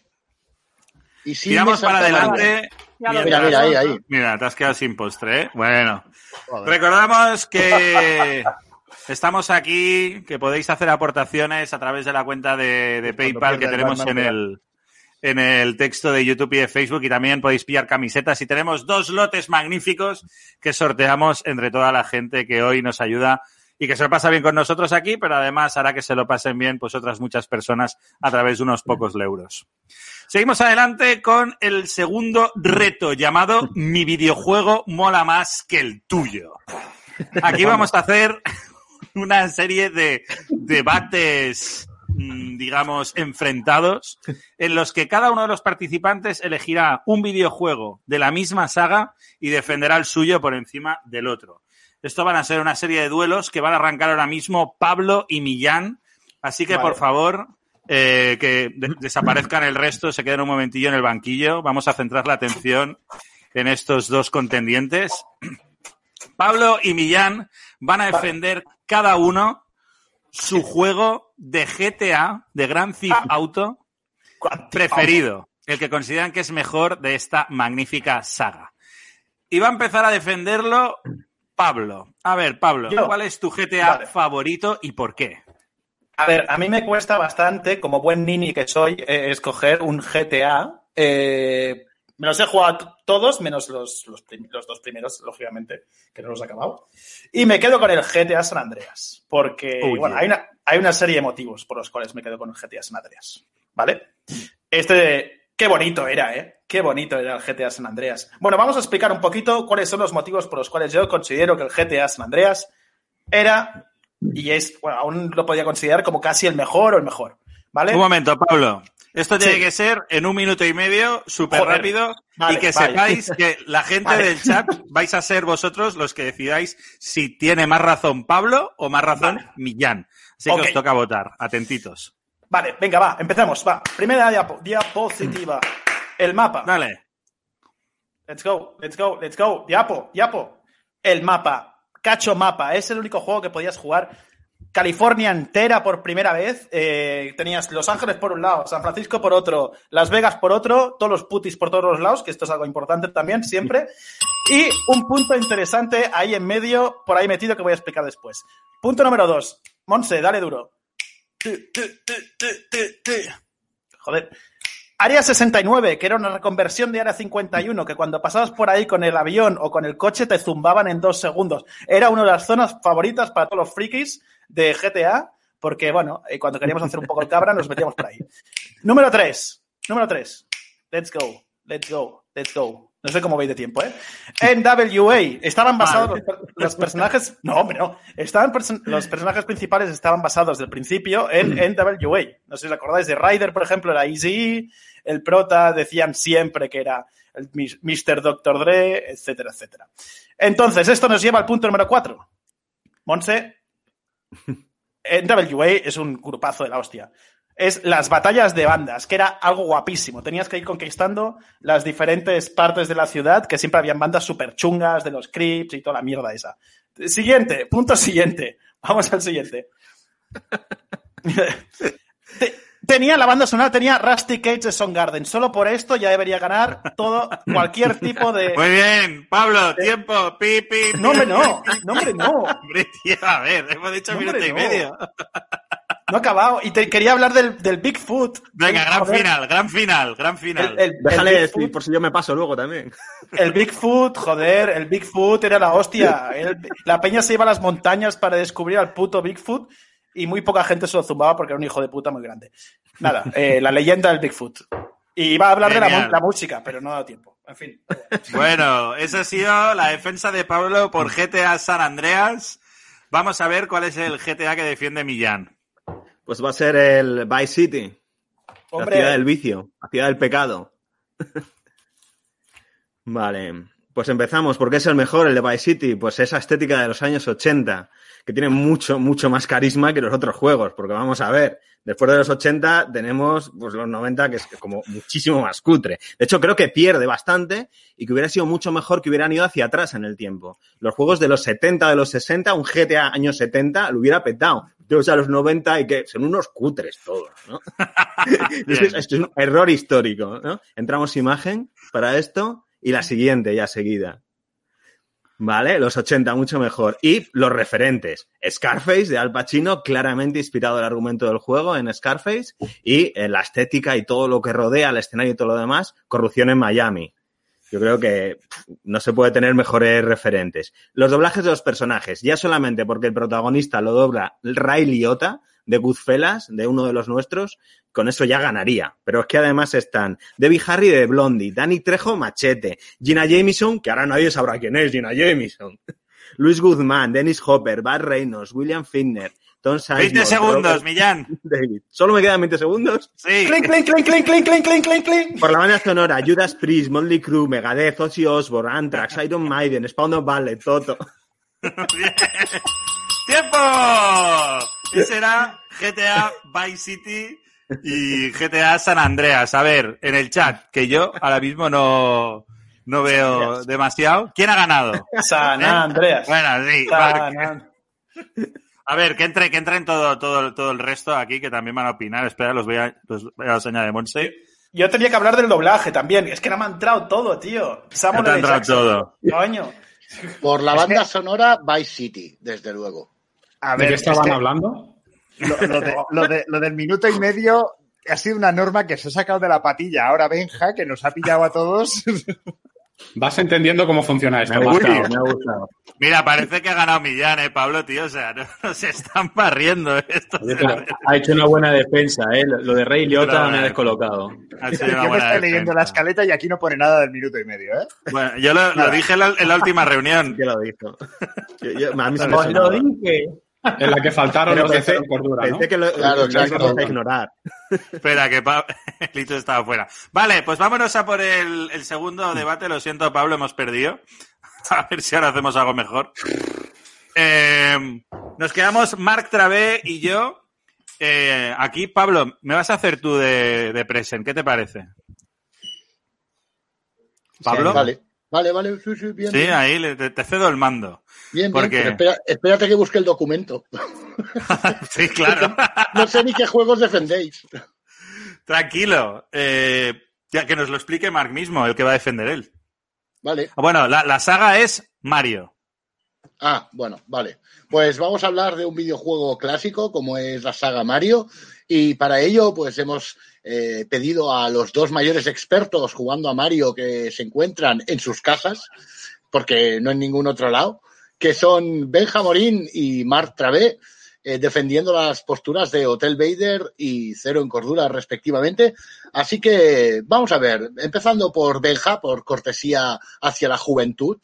Y si tiramos para adelante. Mira, mira, mira, ahí, ahí. Mira, te has quedado sin postre, ¿eh? Bueno. Joder. Recordamos que estamos aquí, que podéis hacer aportaciones a través de la cuenta de, de PayPal que tenemos en el, en el texto de YouTube y de Facebook, y también podéis pillar camisetas. Y tenemos dos lotes magníficos que sorteamos entre toda la gente que hoy nos ayuda y que se lo pasa bien con nosotros aquí, pero además hará que se lo pasen bien pues otras muchas personas a través de unos pocos euros. Seguimos adelante con el segundo reto llamado Mi videojuego mola más que el tuyo. Aquí vamos a hacer una serie de debates, digamos, enfrentados, en los que cada uno de los participantes elegirá un videojuego de la misma saga y defenderá el suyo por encima del otro. Esto van a ser una serie de duelos que van a arrancar ahora mismo Pablo y Millán, así que vale. por favor... Eh, que de- desaparezcan el resto, se queden un momentillo en el banquillo. Vamos a centrar la atención en estos dos contendientes. Pablo y Millán van a defender cada uno su juego de G T A, de Grand Theft Auto preferido, el que consideran que es mejor de esta magnífica saga. Y va a empezar a defenderlo Pablo. A ver, Pablo, Yo. ¿cuál es tu G T A vale. favorito y por qué? A ver, a mí me cuesta bastante, como buen nini que soy, eh, escoger un G T A. Eh, me los he jugado t- todos, menos los, los, prim- los dos primeros, lógicamente, que no los he acabado. Y me quedo con el G T A San Andreas, porque Oh, bueno, yeah. hay, una, hay una serie de motivos por los cuales me quedo con el G T A San Andreas, ¿vale? Este, qué bonito era, ¿eh? Qué bonito era el G T A San Andreas. Bueno, vamos a explicar un poquito cuáles son los motivos por los cuales yo considero que el G T A San Andreas era... Y es, bueno, aún lo podía considerar como casi el mejor o el mejor, ¿vale? Un momento, Pablo. Esto tiene Sí. que ser en un minuto y medio, súper Joder. rápido, Vale, y que vale. sepáis que la gente Vale. del chat vais a ser vosotros los que decidáis si tiene más razón Pablo o más razón Vale. Millán. Así Ok. que os toca votar. Atentitos. Vale, venga, va, empezamos, va. Primera diapo- diapositiva. El mapa. Dale. Let's go, let's go, let's go. Diapo, diapo. El mapa. Cacho mapa. Es el único juego que podías jugar. California entera por primera vez. Eh, tenías Los Ángeles por un lado, San Francisco por otro, Las Vegas por otro, todos los putis por todos los lados, que esto es algo importante también, siempre. Y un punto interesante ahí en medio, por ahí metido, que voy a explicar después. Punto número dos. Monse, dale duro. Joder. Área sesenta y nueve, que era una reconversión de Área cincuenta y uno, que cuando pasabas por ahí con el avión o con el coche te zumbaban en dos segundos. Era una de las zonas favoritas para todos los frikis de G T A, porque, bueno, eh, cuando queríamos hacer un poco el cabra nos metíamos por ahí. Número tres. Número tres. Let's go. Let's go. Let's go. No sé cómo veis de tiempo, ¿eh? N W A. Estaban basados los, los personajes... No, hombre, no. Estaban perso- los personajes principales estaban basados desde el principio en N W A. No sé si os acordáis de Ryder, por ejemplo, era Eazy-E. El prota decían siempre que era el mister Doctor Dre, etcétera, etcétera. Entonces, esto nos lleva al punto número cuatro. Monse, N W A es un grupazo de la hostia. Es las batallas de bandas, que era algo guapísimo. Tenías que ir conquistando las diferentes partes de la ciudad, que siempre habían bandas súper chungas de los Crips y toda la mierda esa. Siguiente, punto siguiente. Vamos al siguiente. Te- Tenía la banda sonora, tenía Rusty Cage de Soundgarden. Solo por esto ya debería ganar todo, cualquier tipo de... Muy bien, Pablo, tiempo. Pi, pi, pi. No, hombre, no. No, hombre, no. Hombre, tío, a ver, hemos dicho No, minuto hombre, y no. medio. No he acabado. Y te quería hablar del, del Bigfoot. Venga, gran Joder, final, gran final, gran final. El, el, Déjale el decir, Bigfoot, por si yo me paso luego también. el Bigfoot, joder, el Bigfoot era la hostia. El- la peña se iba a las montañas para descubrir al puto Bigfoot y muy poca gente se lo zumbaba porque era un hijo de puta muy grande. Nada, eh, la leyenda del Bigfoot. Y iba a hablar de la, Genial. mu- la música, pero no ha dado tiempo. En fin. Bueno, esa ha sido la defensa de Pablo por G T A San Andreas. Vamos a ver cuál es el G T A que defiende Millán. Pues va a ser el Vice City. Hombre. La ciudad del vicio, la ciudad del pecado. Vale, pues empezamos. ¿Por qué es el mejor, el de Vice City? Pues esa estética de los años ochenta, que tiene mucho, mucho más carisma que los otros juegos. Porque vamos a ver, Después de los ochenta tenemos pues los noventa, que es como muchísimo más cutre. De hecho, creo que pierde bastante y que hubiera sido mucho mejor que hubieran ido hacia atrás en el tiempo. Los juegos de los setenta, de los sesenta, un G T A años setenta lo hubiera petado. O sea, los noventa y que son unos cutres todos, ¿no? esto, es, esto es un error histórico, ¿no? Entramos imagen para esto y la siguiente ya seguida. Vale, los ochenta, mucho mejor. Y los referentes. Scarface, de Al Pacino, claramente inspirado el argumento del juego en Scarface. Y en la estética y todo lo que rodea el escenario y todo lo demás, Corrupción en Miami. Yo creo que pff, no se puede tener mejores referentes. Los doblajes de los personajes, ya solamente porque el protagonista lo dobla Ray Liotta, de Goodfellas, de uno de los nuestros, con eso ya ganaría. Pero es que además están Debbie Harry de Blondie, Danny Trejo, Machete, Gina Jameson, que ahora nadie sabrá quién es Gina Jameson, Luis Guzmán, Dennis Hopper, Bud Reynolds, William Fichtner, Tom Sizemore, veinte segundos, Robert Millán. David. ¿Solo me quedan veinte segundos? Sí. Clink, clink, clink, clink, clink, clink, clink, clink, clink. Por la banda sonora, Judas Priest, Motley Crue, Megadeth, Ozzy Osbourne, Anthrax, Iron Maiden, Spawn of Ballet, Toto. ¡Tiempo! Ese era G T A Vice City y G T A San Andreas. A ver, en el chat, que yo ahora mismo no, no veo demasiado. ¿Quién ha ganado? San ¿Eh? Andreas. Bueno, sí. San Marc. A ver, que entre, que entren todo, todo, todo el resto aquí, que también van a opinar. Espera, los voy a, los voy a la señal de Monse. Yo tenía que hablar del doblaje también. Es que no me ha entrado todo, tío. No te ha entrado todo. Coño. Por la banda sonora, Vice City, desde luego. A ¿De ver, qué estaban es que hablando? Lo, lo, de, lo, de, lo del minuto y medio ha sido una norma que se ha sacado de la patilla. Ahora Benja, que nos ha pillado a todos. Vas entendiendo cómo funciona esto. Me ha Marc. gustado, me ha gustado. Mira, parece que ha ganado Millán, eh, Pablo, tío. O sea, no, no se están barriendo esto. Oye, pero ha hecho una buena defensa, ¿eh? Lo de Ray Liotta Pero, me ha eh, descolocado. Ha sido Yo una me buena estoy leyendo defensa. la escaleta y aquí no pone nada del minuto y medio, ¿eh? Bueno, yo lo, lo dije en la, en la última reunión. ¿Qué lo dijo? Yo, yo, a mí se me Os lo sonaba. dije. En la que faltaron Pero los de pensé, cero cordura, ¿no? pensé que lo, Claro, lo ibas exacto. a ignorar. Espera, que Pa- Lito estaba fuera. Vale, pues vámonos a por el, el segundo debate. Lo siento, Pablo, hemos perdido. A ver si ahora hacemos algo mejor. Eh, nos quedamos Marc Travé y yo. Eh, aquí, Pablo, me vas a hacer tú de, de present. ¿Qué te parece? ¿Pablo? Sí, vale, vale, vale. Sí, sí, bien. Sí, bien. ahí le- te, te cedo el mando. Bien, bien, Porque- pero espera- espérate que busque el documento. Sí, claro. No sé ni qué juegos defendéis. Tranquilo. Eh, ya que nos lo explique Marc mismo, el que va a defender él. Vale. Bueno, la, la saga es Mario. Ah, bueno, vale. Pues vamos a hablar de un videojuego clásico como es la saga Mario y para ello pues hemos eh, pedido a los dos mayores expertos jugando a Mario que se encuentran en sus casas, porque no en ningún otro lado, que son Benja Morín y Marc Travé, eh, defendiendo las posturas de Hotel Vader y Cero en Cordura respectivamente. Así que vamos a ver, empezando por Benja, por cortesía hacia la juventud.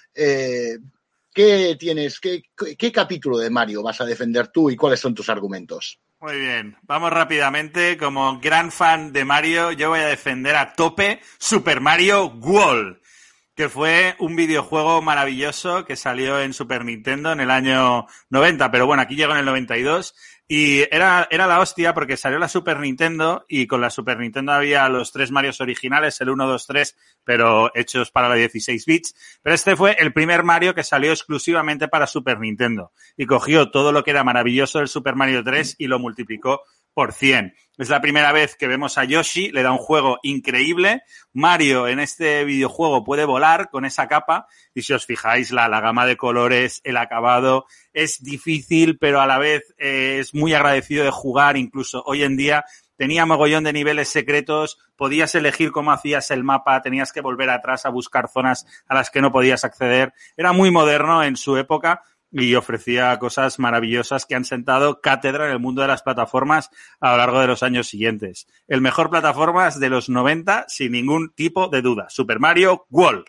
Eh, ¿Qué tienes? Qué, qué, ¿Qué capítulo de Mario vas a defender tú y cuáles son tus argumentos? Muy bien, vamos rápidamente. Como gran fan de Mario, yo voy a defender a tope Super Mario World, que fue un videojuego maravilloso que salió en Super Nintendo en el año noventa, pero bueno, aquí llegó en el noventa y dos y era, era la hostia porque salió la Super Nintendo y con la Super Nintendo había los tres Marios originales, el uno, dos, tres, pero hechos para la dieciséis bits, pero este fue el primer Mario que salió exclusivamente para Super Nintendo y cogió todo lo que era maravilloso del Super Mario tres y lo multiplicó por cien. Es la primera vez que vemos a Yoshi, le da un juego increíble. Mario en este videojuego puede volar con esa capa y si os fijáis la, la gama de colores, el acabado es difícil pero a la vez eh, es muy agradecido de jugar. Incluso hoy en día tenía mogollón de niveles secretos, podías elegir cómo hacías el mapa, tenías que volver atrás a buscar zonas a las que no podías acceder. Era muy moderno en su época y ofrecía cosas maravillosas que han sentado cátedra en el mundo de las plataformas a lo largo de los años siguientes. El mejor plataformas de los noventa, sin ningún tipo de duda. Super Mario World.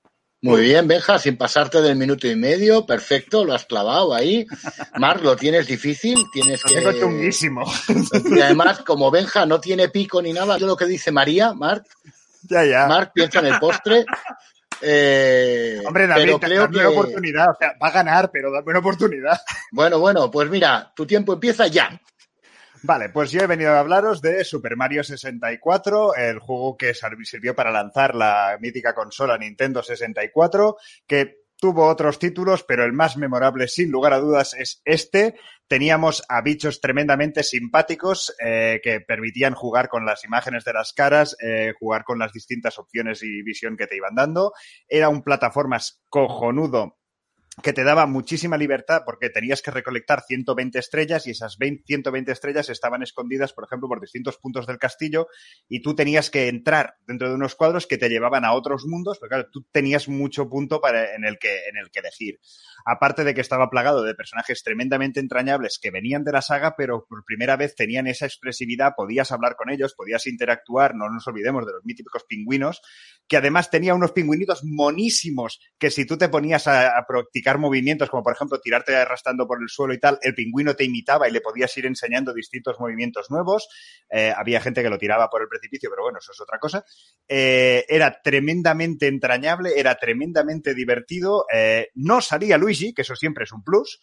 Muy bien, Benja, sin pasarte del minuto y medio, perfecto, lo has clavado ahí. Marc, lo tienes difícil, tienes Lo que... tengo chunguísimo. Y además, como Benja no tiene pico ni nada, yo lo que dice María, Marc, Ya, ya. Marc piensa en el postre. Eh, Hombre, David, pero creo dame que... una oportunidad. O sea, va a ganar, pero dame una oportunidad. Bueno, bueno, pues mira, tu tiempo empieza ya. Vale, pues yo he venido a hablaros de Super Mario sesenta y cuatro, el juego que sirvió para lanzar la mítica consola Nintendo sesenta y cuatro, que tuvo otros títulos, pero el más memorable, sin lugar a dudas, es este. Teníamos a bichos tremendamente simpáticos eh, que permitían jugar con las imágenes de las caras, eh, jugar con las distintas opciones y visión que te iban dando. Era un plataformas cojonudo que te daba muchísima libertad porque tenías que recolectar ciento veinte estrellas y esas veinte, ciento veinte estrellas estaban escondidas, por ejemplo, por distintos puntos del castillo y tú tenías que entrar dentro de unos cuadros que te llevaban a otros mundos, porque claro, tú tenías mucho punto para, en, el que, en el que elegir. Aparte de que estaba plagado de personajes tremendamente entrañables que venían de la saga, pero por primera vez tenían esa expresividad, podías hablar con ellos, podías interactuar, no nos olvidemos de los míticos pingüinos, que además tenía unos pingüinitos monísimos que si tú te ponías a, a practicar movimientos, como por ejemplo tirarte arrastrando por el suelo y tal, el pingüino te imitaba y le podías ir enseñando distintos movimientos nuevos. Eh, había gente que lo tiraba por el precipicio, pero bueno, eso es otra cosa. Eh, era tremendamente entrañable, era tremendamente divertido. Eh, no salía Luigi, que eso siempre es un plus.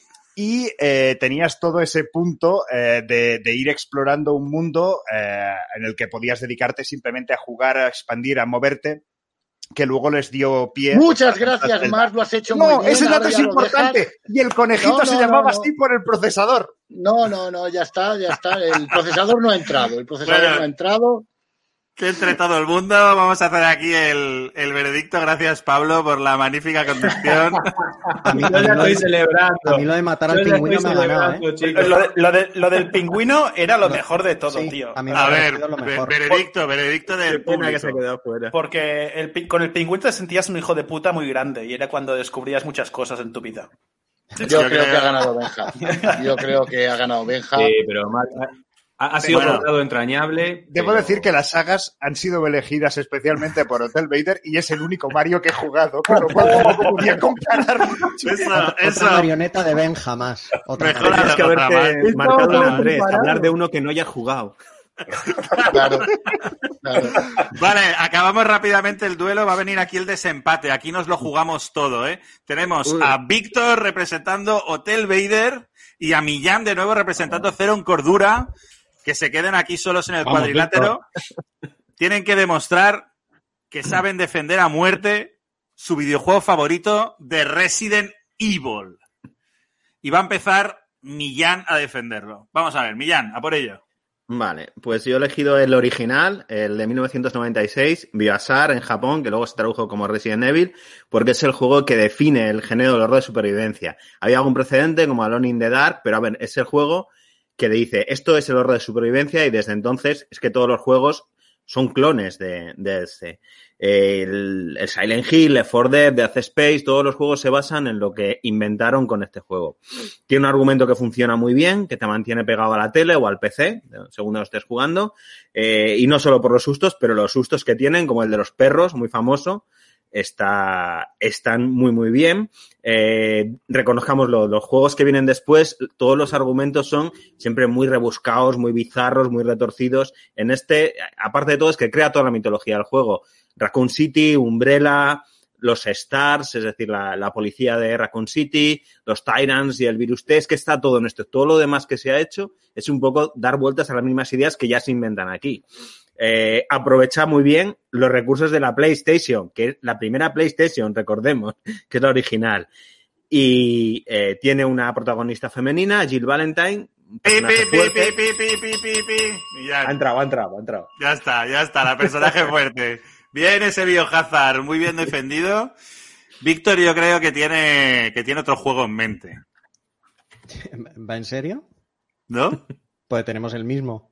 Y eh, tenías todo ese punto eh, de, de ir explorando un mundo eh, en el que podías dedicarte simplemente a jugar, a expandir, a moverte, que luego les dio pie. Muchas gracias, Marc, lo has hecho muy no, bien. No, ese dato es importante. Y el conejito no, no, se llamaba no, no. así por el procesador. No, no, no, ya está, ya está. El procesador no ha entrado, el procesador bueno, no ha entrado. Que entre todo el mundo, vamos a hacer aquí el, el veredicto. Gracias, Pablo, por la magnífica conducción. A mí yo ya estoy celebrando. A mí lo de matar al pingüino me ha ganado, ¿eh? Lo, de, lo, de, lo del pingüino era lo mejor de todo, sí, tío. A, mí me a ver, lo mejor. veredicto, veredicto del público. Que se quedó fuera. Porque el, con el pingüino te sentías un hijo de puta muy grande y era cuando descubrías muchas cosas en tu vida. Yo, Yo creo, creo que ha ganado Benja. Yo creo que ha ganado Benja. Sí, pero Marc... Ha sido bueno, un logrado entrañable. Debo pero... decir que las sagas han sido elegidas especialmente por Hotel Vader y es el único Mario que he jugado, con lo cual no podía comparar mucho. Eso, otra, eso. otra marioneta de Ben jamás. Otra Mejor tienes que haberte marcado un Andrés, hablar de uno que no haya jugado. Claro, claro. Vale, acabamos rápidamente el duelo. Va a venir aquí el desempate. Aquí nos lo jugamos todo, ¿eh? Tenemos Uy. a Víctor representando Hotel Vader y a Millán de nuevo representando Cero en Cordura. Que se queden aquí solos en el Vamos, cuadrilátero. Víctor. Tienen que demostrar que saben defender a muerte su videojuego favorito de Resident Evil. Y va a empezar Millán a defenderlo. Vamos a ver, Millán, a por ello. Vale, pues yo he elegido el original, el de mil novecientos noventa y seis, Biohazard en Japón, que luego se tradujo como Resident Evil, porque es el juego que define el género del horror de supervivencia. Había algún precedente como Alone in the Dark, pero a ver, es el juego que le dice, esto es el horror de supervivencia y desde entonces es que todos los juegos son clones de, de este. El, el Silent Hill, Left four Dead, Dead Space, todos los juegos se basan en lo que inventaron con este juego. Tiene un argumento que funciona muy bien, que te mantiene pegado a la tele o al P C, según lo estés jugando, eh, y no solo por los sustos, pero los sustos que tienen, como el de los perros, muy famoso, Está, están muy, muy bien. Eh, reconozcamos lo, los juegos que vienen después, todos los argumentos son siempre muy rebuscados, muy bizarros, muy retorcidos. En este, aparte de todo, es que crea toda la mitología del juego. Raccoon City, Umbrella, los Stars, es decir, la, la policía de Raccoon City, los Tyrants y el Virus T, es que está todo en esto. Todo lo demás que se ha hecho es un poco dar vueltas a las mismas ideas que ya se inventan aquí. Eh, aprovecha muy bien los recursos de la PlayStation, que es la primera PlayStation, recordemos, que es la original. Y eh, tiene una protagonista femenina, Jill Valentine. Pi, pi, pi, pi, pi, pi, pi, pi. Ha entrado, ha entrado, ha entrado. Ya está, ya está, la personaje fuerte. Bien ese Biohazard, muy bien defendido. Víctor, yo creo que tiene, que tiene otro juego en mente. ¿Va en serio? ¿No? Pues tenemos el mismo.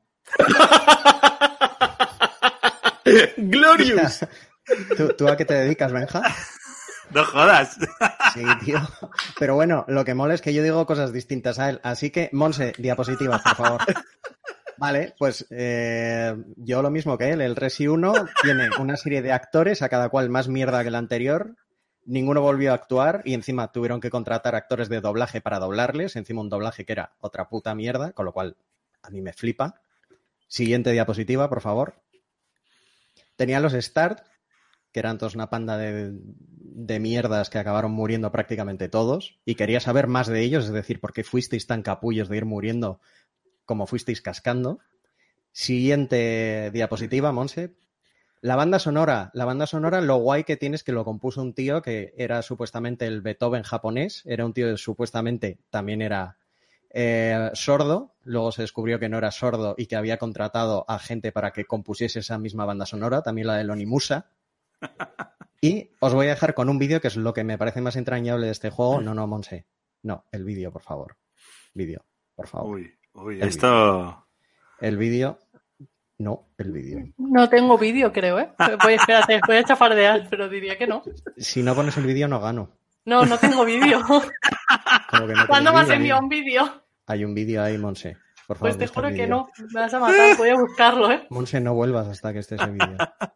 ¡Glorious! ¿Tú, ¿Tú a qué te dedicas, Benja? No jodas. Sí, tío. Pero bueno, lo que mola es que yo digo cosas distintas a él. Así que, Monse, diapositivas, por favor. Vale, pues eh, yo lo mismo que él. El Resi uno tiene una serie de actores, a cada cual más mierda que el anterior. Ninguno volvió a actuar y encima tuvieron que contratar actores de doblaje para doblarles. Encima un doblaje que era otra puta mierda, con lo cual a mí me flipa. Siguiente diapositiva, por favor. Tenía los Start, que eran todos una panda de, de mierdas que acabaron muriendo prácticamente todos, y quería saber más de ellos, es decir, ¿por qué fuisteis tan capullos de ir muriendo como fuisteis cascando. Siguiente diapositiva, Monse. La banda sonora. La banda sonora, lo guay que tiene es que lo compuso un tío que era supuestamente el Beethoven japonés. Era un tío que supuestamente también era eh, sordo. Luego se descubrió que no era sordo y que había contratado a gente para que compusiese esa misma banda sonora, también la de Onimusa. Y os voy a dejar con un vídeo que es lo que me parece más entrañable de este juego. No, no, Monse. No, el vídeo, por favor. Vídeo, por favor. Uy, uy, el esto... Vídeo. El vídeo... No, el vídeo. No tengo vídeo, creo, ¿eh? Voy, espérate, voy a chafardear, pero diría que no. Si no pones el vídeo, no gano. No, no tengo vídeo. No ¿Cuándo me has enviado un vídeo? Hay un vídeo ahí, Monse. Por favor, pues te juro que no. Me vas a matar, voy a buscarlo, ¿eh? Monse, no vuelvas hasta que esté ese vídeo.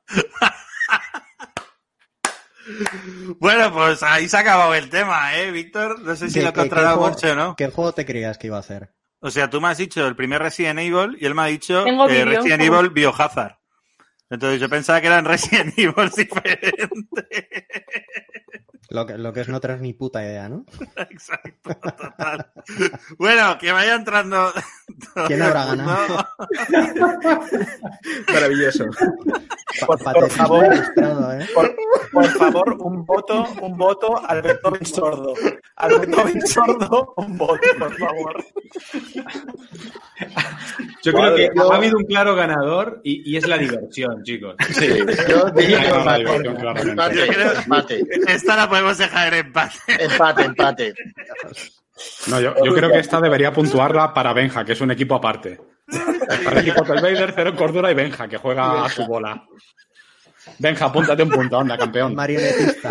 Bueno, pues ahí se ha acabado el tema, ¿eh, Víctor? No sé si lo ha controlado mucho o no. ¿Qué juego te creías que iba a hacer? O sea, tú me has dicho el primer Resident Evil y él me ha dicho eh, Resident Evil Biohazard. Entonces yo pensaba que eran Resident Evil diferentes. Lo que, lo que es no tener ni puta idea, ¿no? Exacto, total. Bueno, que vaya entrando... ¿Quién habrá ganado? Maravilloso. Por, por favor, ¿eh? por, por favor, un voto, un voto al Beethoven sordo. Al Beethoven sordo, un voto, por favor. Yo creo que yo... ha habido un claro ganador y, y es la diversión, chicos. Sí, yo diría que empate. Empate, empate. Esta la podemos dejar en empate. Empate, empate. No, yo, yo creo que esta debería puntuarla para Benja, que es un equipo aparte. Para el equipo del Vader, Cero en Cordura y Benja, que juega a su bola. Benja, apúntate un punto, anda, campeón. Marionetista.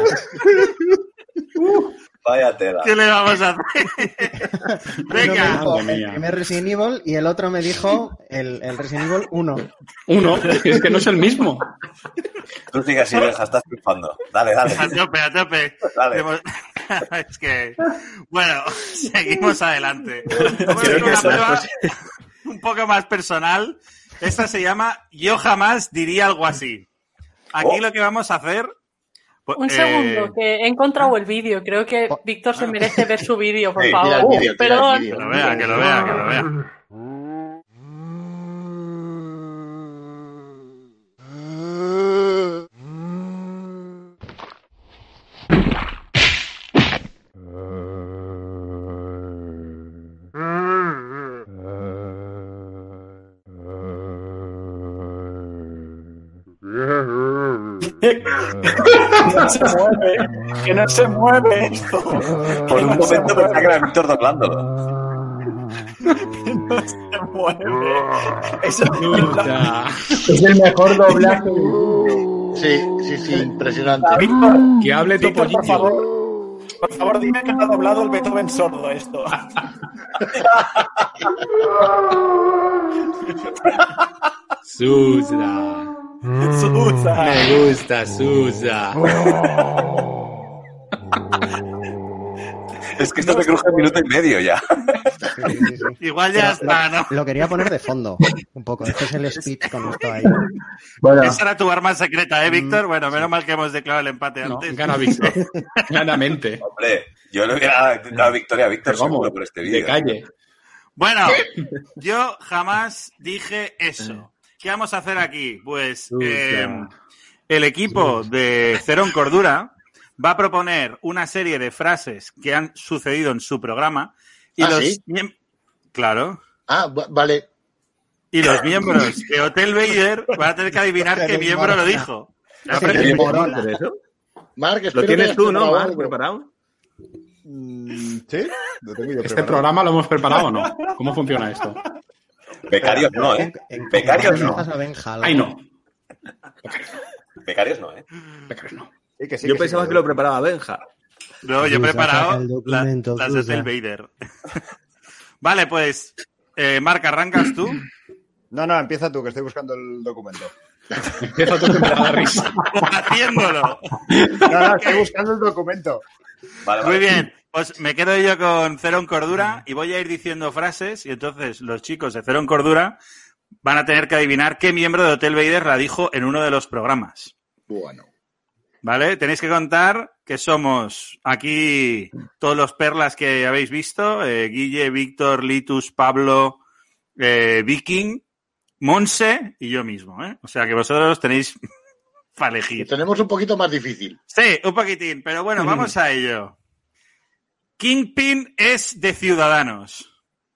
Vaya tela. ¿Qué le vamos a hacer? Venga. Dijo, el primer Resident Evil y el otro me dijo el, el Resident Evil uno. Uno, es que no es el mismo. Tú sigue así, Benja, estás triunfando. Dale, dale. A tope, a tope. Dale. Es que... Bueno, seguimos adelante. Vamos a hacer una prueba un poco más personal. Esta se llama Yo jamás diría algo así. Aquí oh. lo que vamos a hacer... Un segundo, eh... que he encontrado el vídeo. Creo que Víctor se merece ver su vídeo, por sí, favor. Uh, vídeo, perdón. Que lo vea, que lo vea, que lo vea. No se mueve, que no se mueve esto. Por un momento pensaba que era Víctor doblándolo. No se mueve. Eso es el mejor doblaje. Sí, sí, sí, impresionante. Víctor, que hable Topollillo. Por favor, por favor, dime que ha doblado el Beethoven sordo esto. Susa. Susa. Me gusta, Susa. Es que esto te cruje un minuto y medio ya. Sí, sí, sí. Igual ya Pero está, lo, ¿no? Lo quería poner de fondo, un poco. Este es el speech con esto ahí. Bueno. Esa era tu arma secreta, ¿eh, Víctor? Bueno, menos mal que hemos declarado el empate No, antes. gana Víctor. Claramente. Hombre, yo le hubiera dado victoria a Víctor seguro por este vídeo. De calle. Bueno, yo jamás dije eso. ¿Qué vamos a hacer aquí? Pues eh, el equipo de Cero en Cordura va a proponer una serie de frases que han sucedido en su programa y ¿Ah, los sí? miem- claro Ah, vale. y los miembros de Hotel Vader van a tener que adivinar qué miembro lo dijo. ¿Has preparado eso? Marc, ¿Lo espero tienes que tú, hayas no, preparado Marc, algo. preparado? Mm, ¿Sí? Lo tengo yo ¿Este preparado. programa lo hemos preparado o no? ¿Cómo funciona esto? Becarios no, ¿eh? Becarios no. Ay, no. Becarios no, ¿eh? Becarios no. Sí, que sí, Yo que pensaba sí, que lo preparaba Benja. No, yo he Susa, preparado saca el la- documento, las de Susa. Hotel Vader. Vale, pues eh, Marc, ¿arrancas tú? No, no, empieza tú, que estoy buscando el documento. Empieza tú que me da la risa. Haciéndolo. No, no, estoy buscando el documento. Vale, Muy vale. bien, pues me quedo yo con Cero en Cordura y voy a ir diciendo frases y entonces los chicos de Cero en Cordura van a tener que adivinar qué miembro de Hotel Vader la dijo en uno de los programas. Bueno. ¿Vale? Tenéis que contar que somos aquí todos los perlas que habéis visto, eh, Guille, Víctor, Litus, Pablo, eh, Viking, Monse y yo mismo, ¿eh? O sea que vosotros tenéis para elegir. Tenemos un poquito más difícil. Sí, un poquitín, pero bueno, vamos a ello. Kingpin es de Ciudadanos.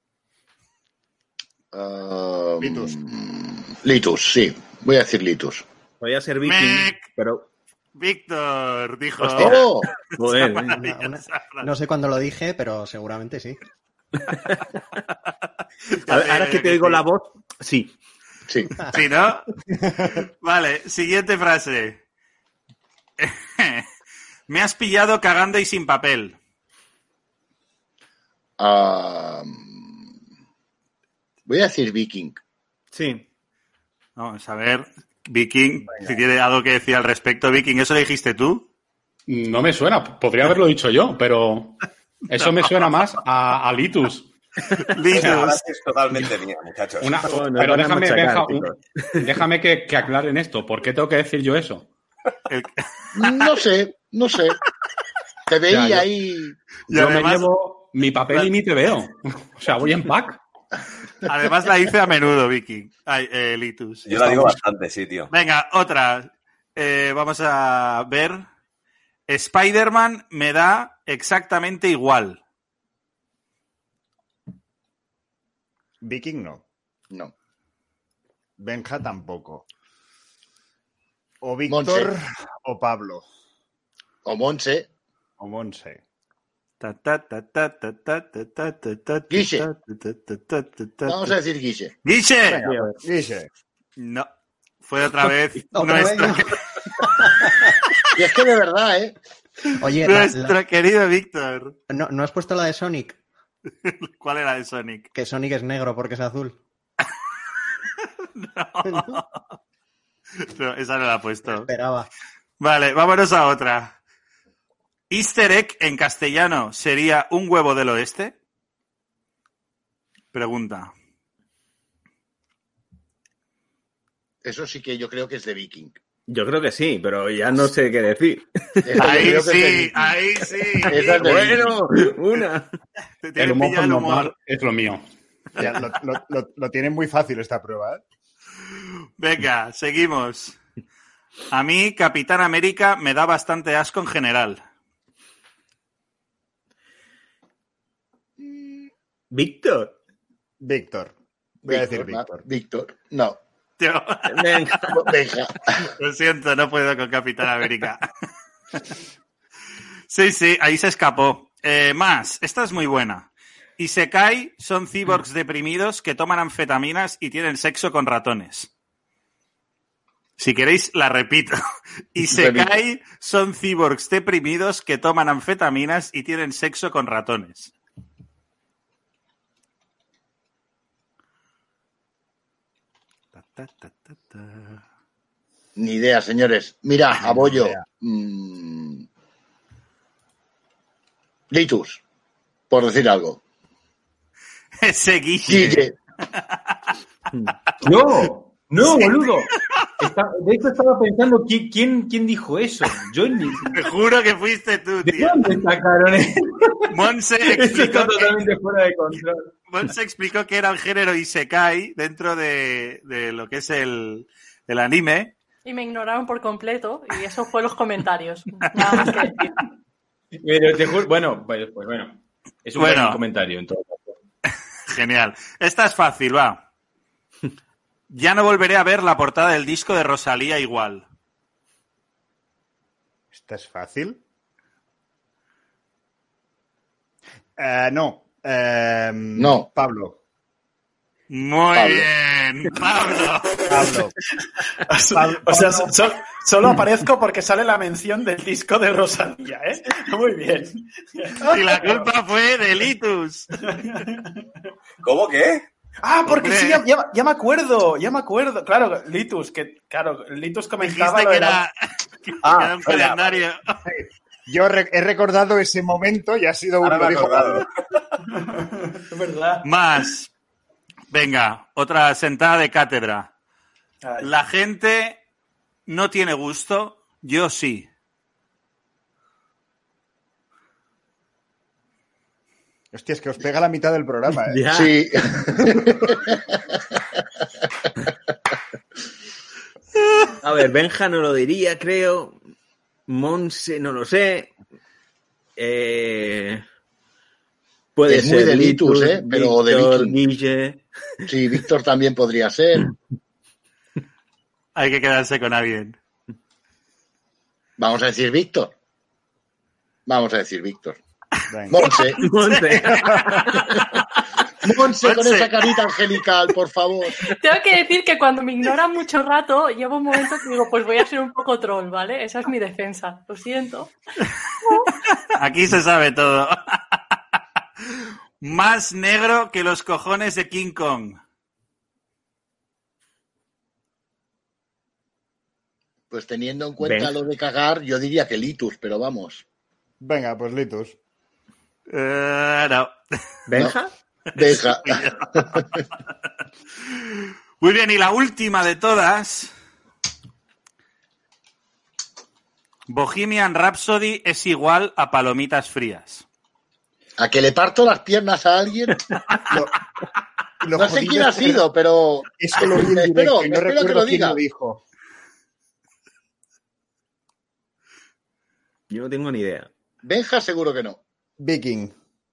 Um, Litus. Litus, sí. Voy a decir Litus. Voy a ser Viking, Mec. pero... Víctor dijo... ¡Oh! Joder, Una- una- no sé cuándo lo dije, pero seguramente sí. ahora ahora que te oigo la voz, sí. Sí. ¿Sí, no? Vale, siguiente frase. Me has pillado cagando y sin papel. Um, voy a decir Viking. Sí. Vamos a ver, Viking, si tiene algo que decir al respecto. Viking, ¿eso lo dijiste tú? No me suena, podría haberlo dicho yo, pero eso no. me suena más a, a Litus. Litus. Ahora sí es totalmente mía, muchachos. Una, Oh, no, pero van a déjame, machacar, Benja, chicos. un- déjame que, que aclaren esto. ¿Por qué tengo que decir yo eso? El- No sé, no sé. Te veía Ya, yo- ahí. Y Yo además- me llevo mi papel y mi te veo. O sea, voy en pack. Además la hice a menudo, Viking. Ay, eh, Litus. Yo la digo bastante, sí, tío. Venga, otra. Eh, vamos a ver. Spider-Man me da exactamente igual. Viking no. No. Benja tampoco. O Víctor o Pablo. O Monse. O Monse. Ta, ta, ta, ta, ta, ta, ta, ta, ta, ta, Guille. ta, ta, ta, ta, ta, ta. Vamos a decir Guille. ¡Guille! Guille. No. Fue otra vez Otra vez, nuestro, ¿no? Y es que de verdad, ¿eh? Oye, la- nuestro la- querido Víctor. ¿no, ¿no has puesto la de Sonic? ¿Cuál era de Sonic? Que Sonic es negro porque es azul. No, esa no la he puesto. Esperaba. Vale, vámonos a otra. ¿Easter egg en castellano sería un huevo del oeste? Pregunta. Eso sí que yo creo que es de Viking. Yo creo que sí, pero ya no sé qué decir. Eso yo Ahí creo que es de sí, Viking. ahí sí. Esa es de Bueno, una. Te tiene El humor pillado el humor. normal es lo mío. Ya, lo, lo, lo, lo tienen muy fácil esta prueba, ¿eh? Venga, seguimos. A mí, Capitán América me da bastante asco en general. Víctor. Víctor. Voy a decir Víctor. Víctor. Víctor. No. Tío, Venga. Benja. lo siento, no puedo con Capitán América. Sí, sí, ahí se escapó. Eh, más, esta es muy buena. Isekai son cyborgs deprimidos que toman anfetaminas y tienen sexo con ratones. Si queréis, la repito. Isekai son cyborgs deprimidos que toman anfetaminas y tienen sexo con ratones. Ta, ta, ta, ta, ta. Ni idea, señores. Mira, Ni Abollo. idea. Mm, Litus. Por decir algo. Ese Guille. Guille. No, no, boludo. Está- de hecho estaba pensando ¿quién, quién, quién dijo eso. Yo ni... Te juro que fuiste tú, ¿De tío. dónde sacaron eso? Monse Eso explicó, está que, totalmente fuera de control. Monse explicó que era el género Isekai dentro de, de lo que es el, el anime. Y me ignoraron por completo y eso fue los comentarios. Nada más que decir. Pero te juro, bueno, pues, pues bueno. Es un Bueno. buen comentario en todo caso. Genial. Esta es fácil, va. Ya no volveré a ver la portada del disco de Rosalía igual. ¿Esta es fácil? Eh, no. Eh, No. Pablo. Muy Pablo. bien, Pablo. Pablo. O sea, so- solo aparezco porque sale la mención del disco de Rosalía, ¿eh? Muy bien. Y la culpa fue de Litus. ¿Cómo qué? Ah, porque Hombre. sí, ya, ya- ya me acuerdo, ya me acuerdo. Claro, Litus, que claro, Litus comentaba Dijiste lo que de la- era, que Ah, era un espera. calendario. Yo re- he recordado ese momento y ha sido Ahora uno. me he Dijo acordado. Pablo. Es verdad. Más. Venga, otra sentada de cátedra. Ay. La gente no tiene gusto, yo sí. Hostia, es que os pega la mitad del programa, ¿eh? Ya. Sí. A ver, Benja no lo diría, creo. Monse, no lo sé. Eh... Puede Es ser muy de Litus, ¿eh? Pero de Víctor, Viking. Guille. Sí, Víctor también podría ser. Hay que quedarse con alguien. Vamos a decir Víctor. Vamos a decir Víctor. Venga. Monse. Monse. Monse con Monse. esa carita angelical, por favor. Tengo que decir que cuando me ignoran mucho rato, llevo un momento que digo, pues voy a ser un poco troll, ¿vale? Esa es mi defensa. Lo siento. Aquí se sabe todo. Más negro que los cojones de King Kong. Pues teniendo en cuenta Ven. lo de cagar, yo diría que Litus, pero vamos. Venga, pues Litus. Eh, no. ¿Benja? Deja. Muy bien, y la última de todas. Bohemian Rhapsody es igual a palomitas frías. ¿A que le parto las piernas a alguien? Lo, lo No sé jodido quién ha es que sido, pero... Eso lo vi en Me espero, directo y me no espero que recuerdo lo quién diga. lo dijo. Yo no tengo ni idea. Benja seguro que no. Viking.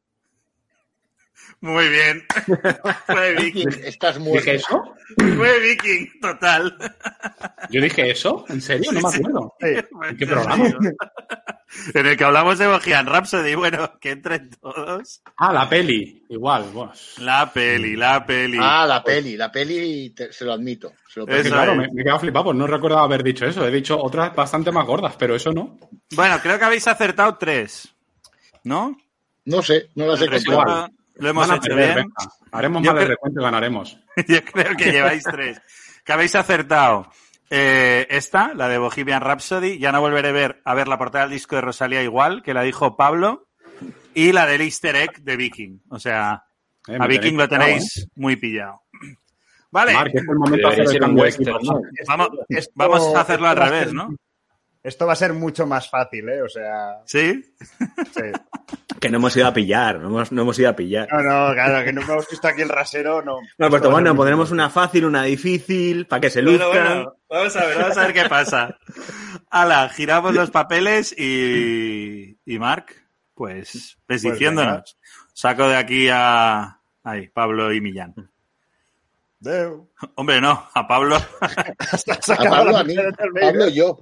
Muy bien. Fue Viking. Viking, estás muerto. ¿Dije eso? Fue Viking, total. ¿Yo dije eso? ¿En serio? No me acuerdo. Sí. ¿En qué programa? En el que hablamos de Bohemian Rhapsody, bueno, que entren todos. Ah, la peli. Igual, pues. La peli, la peli. Ah, la peli, la peli, te- se lo admito. Se lo Eso Es que, permito. claro, es. me, me he quedado flipado, pues no recordaba haber dicho eso. He dicho otras bastante más gordas, pero eso no. Bueno, creo que habéis acertado tres, ¿no? No sé, no las he El contado. recuento lo hemos Van a hecho perder, bien. venga. Haremos Yo más de creo- recuento y ganaremos. Yo creo que lleváis tres. Que habéis acertado. Eh, esta, la de Bohemian Rhapsody, ya no volveré a ver, a ver la portada del disco de Rosalía igual, que la dijo Pablo, y la del Easter egg de Viking. O sea, Eh, a me Viking lo pillado, tenéis ¿eh? muy pillado. Vale, Marc, es el momento de Debería hacer el ser un cambio de western, equipo, ¿no? ¿no? vamos, Esto- vamos a hacerlo al esto va a revés, ser- ¿no? Esto va a ser mucho más fácil, ¿eh? O sea, ¿Sí? sí. Que no hemos ido a pillar, no hemos, no hemos ido a pillar. No, no, claro, que no hemos visto aquí el rasero, no. No, pues Esto va a bueno, ser muy pondremos fácil. una fácil, una difícil, para que se Bueno, luzca. bueno, vamos a ver, vamos a ver qué pasa. Ala, giramos los papeles y, y Marc, pues, ves Pues diciéndonos. Saco de aquí a ahí, Pablo y Millán. Deu. Hombre, no, a Pablo. A Pablo, a mí. Pablo y yo.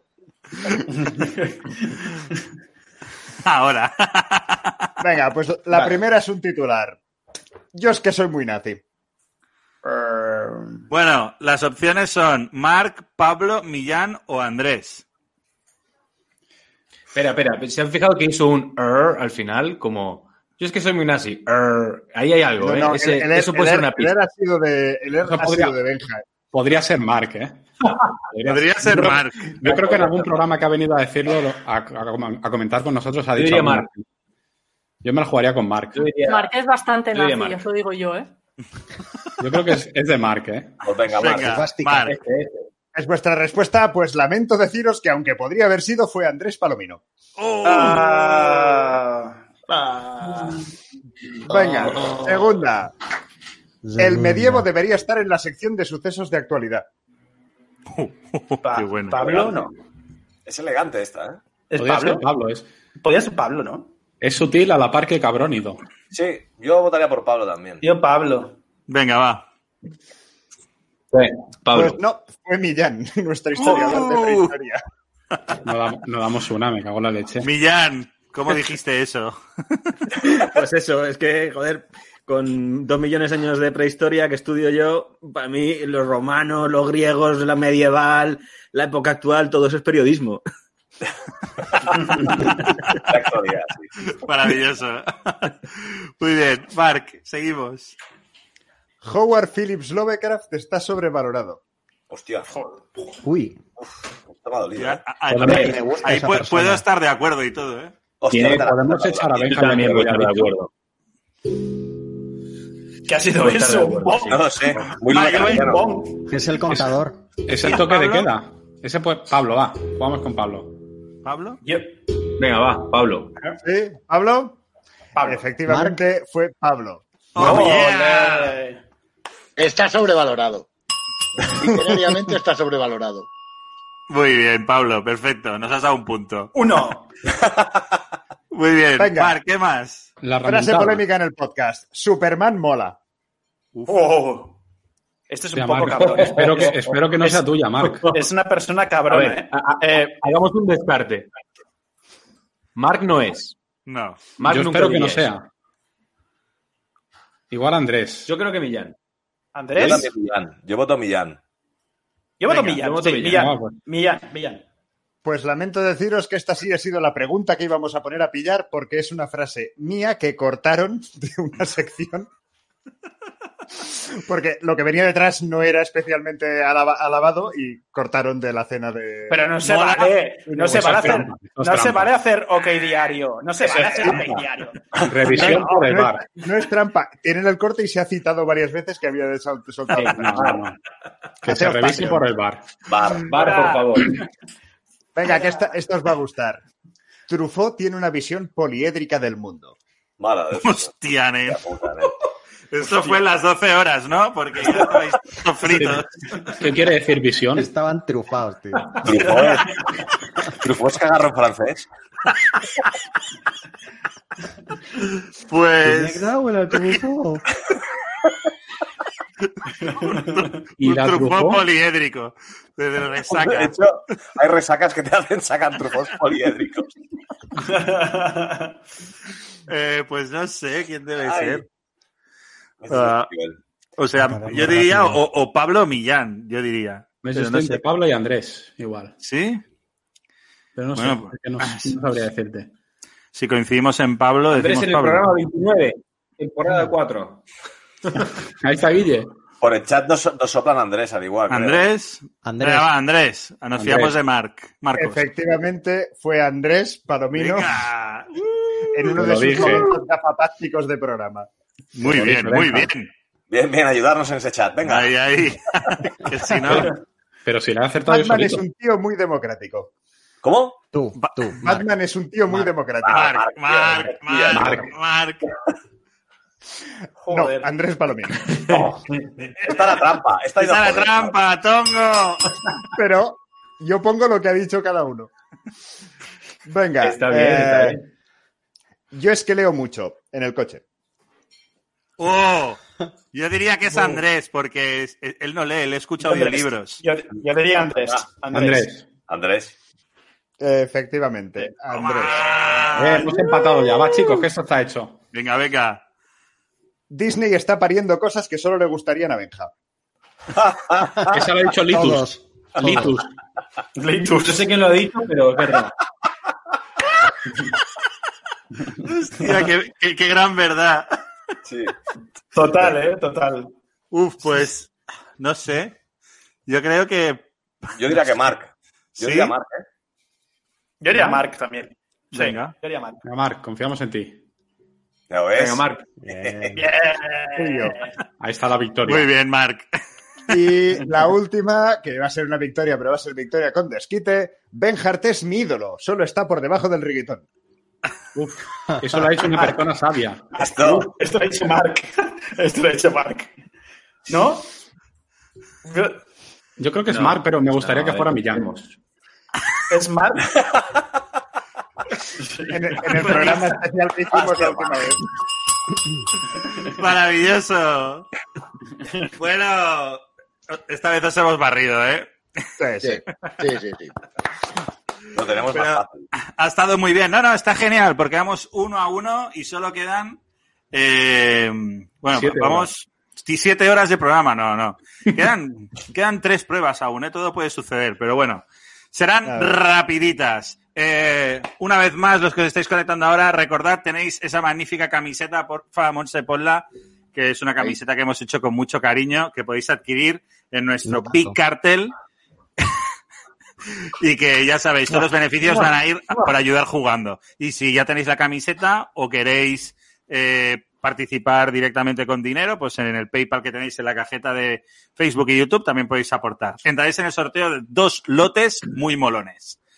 Ahora. Venga, pues la Vale. primera es un titular. Yo es que soy muy nazi. Bueno, las opciones son Marc, Pablo, Millán o Andrés. Espera, espera. ¿Se han fijado que hizo un er al final? Como. Yo es que soy muy nazi. Er. Ahí hay algo, No, ¿eh? no, Ese- el- el- eso puede el- ser una el pista. er ha sido de, el er Eso ha podría- sido de Benja. Podría ser Marc, ¿eh? Podría ser Yo creo- Marc. Yo creo que en algún programa que ha venido a decirlo, lo- a, a- a comentar con nosotros, ha Yo dicho. diría alguna- Marc. Yo me la jugaría con Marc. Yo diría- Marc es bastante Yo diría nazi, Marc. os lo digo yo, ¿eh? Yo creo que es, es de Marc, ¿eh? Pues venga, Marc. Venga, Fástica. Marc. Es vuestra respuesta, pues lamento deciros que aunque podría haber sido, fue Andrés Palomino. Oh. Ah, ah. Venga, segunda. El medievo debería estar en la sección de sucesos de actualidad. Pa- Qué bueno. Pablo, no. Es elegante esta, ¿eh? ¿Es Podría Pablo? ser Pablo. Es, Podría ser Pablo, ¿no? es sutil a la par que cabrónido. Sí, yo votaría por Pablo también. Yo, Pablo. Venga, va. Pablo. Pues no, fue Millán, nuestra historia, hablar de Uh. prehistoria. No damos, no damos una, me cago en la leche. Millán, ¿cómo dijiste eso? Pues eso, es que, joder, con dos millones de años de prehistoria que estudio yo, para mí los romanos, los griegos, la medieval, la época actual, todo eso es periodismo. La actualidad, sí. Maravilloso. Muy bien, Marc, seguimos. Howard Phillips Lovecraft está sobrevalorado. Hostia, Uy, está me ha dolido. Ya, ¿eh? a- a- Joder, me gusta ahí esa pu- persona. puedo estar de acuerdo y todo, ¿eh? Hostia, Tiene- Podemos echar a Yo Benja. también que voy ya a lo estar de había acuerdo. ¿Qué ha sido Voy a estar eso? de acuerdo, sí. No lo sé. Muy Va, Lovecraftiano. Bong. que es el contador. dicho. Es el toque de queda. Ese pues, Pablo, va. Jugamos con Pablo. ¿Pablo? Yo- Venga, va, Pablo. ¿Sí? ¿Pablo? Pablo. Efectivamente, Marc. Fue Pablo. Oh, yeah. Está sobrevalorado. Literariamente está sobrevalorado. Muy bien, Pablo, perfecto. Nos has dado un punto. Uno. Muy bien. Venga. Marc, ¿qué más? La Frase remontada. polémica en el podcast. Superman mola. Oh. Este es un Hostia, poco Marc, cabrón. ¿eh? espero, que, espero que no Es- sea tuya, Marc. Es una persona A cabrona, ver, ¿eh? a- a- Eh, hagamos un descarte. Marc no es. No. Marc Yo nunca espero que diría no eso. sea. Igual Andrés. Yo creo que Millán. Yo Andrés. también Millán. Yo voto Millán. Yo voto Venga, Millán. yo voto sí, Millán. Millán. Ah, pues. Millán. Millán. Pues lamento deciros que esta sí ha sido la pregunta que íbamos a poner a pillar porque es una frase mía que cortaron de una sección. Porque lo que venía detrás no era especialmente alaba- alabado y cortaron de la cena de... Pero no se Mola. vale, no se Eso vale es hacer, trampa, eso es no se trampa. vale hacer OK diario, no se vale hacer OK diario. Revisión No, por el no es- bar. no es trampa. Tienen el corte y se ha citado varias veces que había sol- soltado. No, no, no. Que se Haceos revise Patreon. por el bar. Bar. Bar, por favor. Venga, que esta, esto os va a gustar. Truffaut tiene una visión poliédrica del mundo. Mala de Hostia, nen. la puta, ¿eh? Esto fue en las doce horas, ¿no? Porque ya estabais todos fritos. ¿Qué quiere decir visión? Estaban trufados, tío. Truffaut es, Truffaut es cagarro en francés. Pues ¿Y un la trufó Truffaut? poliédrico. De De resaca. hecho, hay resacas que te hacen sacar Truffauts poliédricos. Eh, pues no sé quién debe Ay. ser. Ese es Ah, el nivel. O sea, Caramba, yo diría, rápido. o, o Pablo Millán, yo diría. Me Pero estoy no entre sé. Pablo y Andrés, igual. ¿Sí? Pero no Bueno, sé, es que no, no sabría decirte. Si coincidimos en Pablo, Andrés decimos en el Pablo. programa veintinueve, temporada cuatro. Ahí está Guille. Por el chat nos, nos soplan Andrés, al igual. creo. Andrés. Andrés. Venga, va, Andrés. Nos Andrés. fiamos de Marc. Marcos. Efectivamente, fue Andrés Palomino Venga. en uno Te de lo sus dije. momentos gafatácticos de programa. Muy Lo bien, dije, muy venga. bien. Bien, bien, ayudarnos en ese chat. Venga. Ahí, ahí. Que si no. Pero si le ha acertado yo Batman es solito. un tío muy democrático. ¿Cómo? Tú, tú. Marc. Batman es un tío muy democrático. Marc, Marc, Marc, Marc, Marc. No, Joder. Andrés Palomino. Está la trampa. Está Está la trampa, Tongo. Pero yo pongo lo que ha dicho cada uno. Venga. Está bien, eh, está bien. Yo es que leo mucho en el coche. Oh, yo diría que es Andrés, porque es- él no lee, él escucha audiolibros. Yo, yo diría Andrés. Andrés. Andrés. Andrés. Eh, efectivamente, Andrés. Eh, hemos empatado ya. Va, chicos, que esto está hecho. Venga, venga. Disney está pariendo cosas que solo le gustarían a Benja. Esa lo ha dicho Litus. Todos. Litus. No sé quién lo ha dicho, pero es verdad. Hostia, qué, qué- qué gran verdad. Sí. Total, ¿eh? Total. Uf, pues, no sé. Yo creo que... Yo diría que Marc. Yo ¿Sí? diría Marc, ¿eh? Yo diría Marc también. Sí, Venga. yo diría Marc. Venga, Marc, confiamos en ti. ¿Ya lo ves? Venga, Marc. Bien. Y yo. Ahí está la victoria. Muy bien, Marc. Y la última, que va a ser una victoria, pero va a ser victoria con desquite. Benjart es mi ídolo, solo está por debajo del reggaetón. Uf, eso lo ha dicho una persona sabia. Esto. Esto lo ha dicho Marc. Esto lo ha dicho Marc. ¿No? Yo- Yo creo que es No, Marc, pero me gustaría no, que a fuera ver, Millán. vemos. Es Marc. En el, en el programa especial que hicimos la última vez. Maravilloso. Bueno, esta vez os hemos barrido, ¿eh? Sí, sí. Sí, sí, sí. sí. Lo tenemos Pero más fácil. ha estado muy bien. No, no, está genial, porque vamos uno a uno y solo quedan... eh, bueno, Siete vamos... sí, Siete horas de programa, no, no. Quedan, quedan tres pruebas aún, ¿eh? Todo puede suceder, pero bueno. Serán A ver. rapiditas. Eh, una vez más, los que os estáis conectando ahora, recordad, tenéis esa magnífica camiseta, porfa, Monse, ponla, que es una camiseta que hemos hecho con mucho cariño, que podéis adquirir en nuestro No, Big no. Cartel. Y que ya sabéis, todos los beneficios van a ir por ayudar jugando. Y si ya tenéis la camiseta o queréis eh, participar directamente con dinero, pues en el PayPal que tenéis en la cajeta de Facebook y YouTube también podéis aportar. Entraréis en el sorteo de dos lotes muy molones.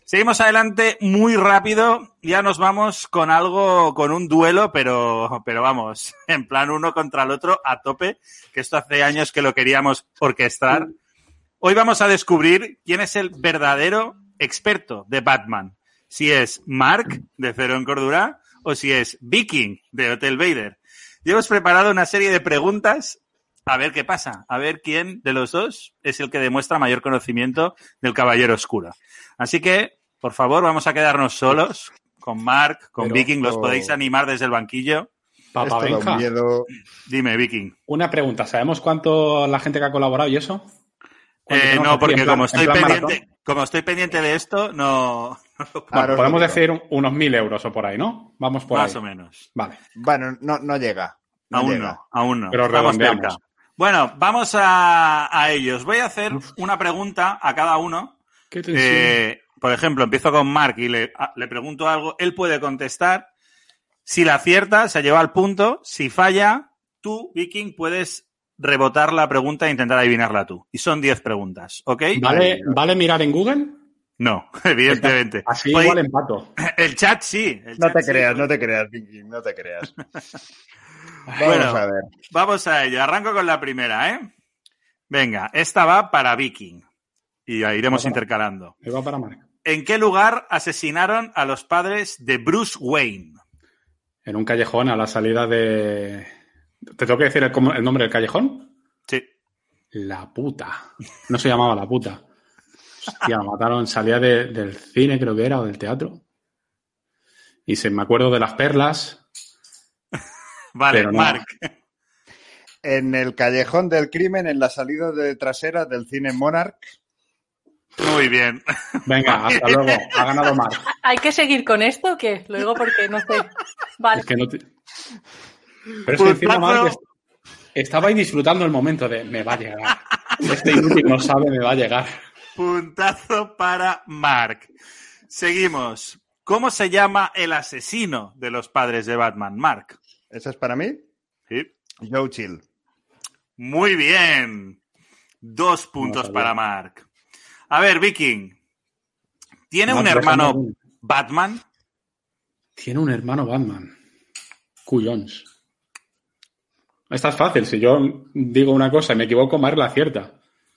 Seguimos adelante muy rápido. Ya nos vamos con algo, con un duelo, pero, pero vamos, en plan uno contra el otro a tope, que esto hace años que lo queríamos orquestar. Hoy vamos a descubrir quién es el verdadero experto de Batman. Si es Mark, de Cero en Cordura, o si es Viking, de Hotel Vader. Y hemos preparado una serie de preguntas a ver qué pasa, a ver quién de los dos es el que demuestra mayor conocimiento del Caballero Oscuro. Así que, por favor, vamos a quedarnos solos con Mark, con Pero, Viking. Los podéis animar desde el banquillo. Papá Benja. Dime, Viking. Una pregunta. ¿Sabemos cuánto la gente que ha colaborado y eso? Eh, no, porque plan, como, estoy pendiente, como estoy pendiente de esto, no... Bueno, podemos decir unos mil euros o por ahí, ¿no? Vamos por Más ahí. o menos. Vale. Bueno, no, no llega. No aún llega. no, aún no. Pero redondeamos. Bueno, vamos a, a ellos. Voy a hacer una pregunta a cada uno. ¿Qué eh, por ejemplo, empiezo con Mark y le, a, le pregunto algo. Él puede contestar. Si la acierta, se lleva al punto. Si falla, tú, Viking, puedes rebotar la pregunta e intentar adivinarla tú. Y son diez preguntas, ¿ok? ¿Vale, ¿vale mirar en Google? No, evidentemente. Así igual empato. El chat sí. El no chat te sí, creas, ¿no? no te creas, Viking, no te creas. Vamos bueno, a ver. Vamos a ello. Arranco con la primera, ¿eh? Venga, esta va para Viking. Y la iremos va para, intercalando. Va para Mark. ¿En qué lugar asesinaron a los padres de Bruce Wayne? En un callejón a la salida de... ¿Te tengo que decir el, el nombre del callejón? Sí. La puta. No se llamaba La Puta. Hostia, mataron, salía de, del cine, creo que era, o del teatro. Y se me acuerdo de las perlas. Vale, no. Mark. En el callejón del crimen, en la salida de trasera del cine Monarch. Muy bien. Venga, hasta luego. Ha ganado Mark. ¿Hay que seguir con esto o qué? Luego porque no sé. Vale. Es que no te... Pero es que encima Mark estaba ahí disfrutando el momento de me va a llegar. Este inútil no sabe, me va a llegar. Puntazo para Mark. Seguimos. ¿Cómo se llama el asesino de los padres de Batman, Mark? ¿Esa es para mí? Sí. Joe Chill. Muy bien. Dos puntos no, para Mark. A ver, Viking. ¿Tiene no, un hermano no. Batman? Tiene un hermano Batman. Cuyons. Esta es fácil. Si yo digo una cosa y me equivoco, Mark la acierta.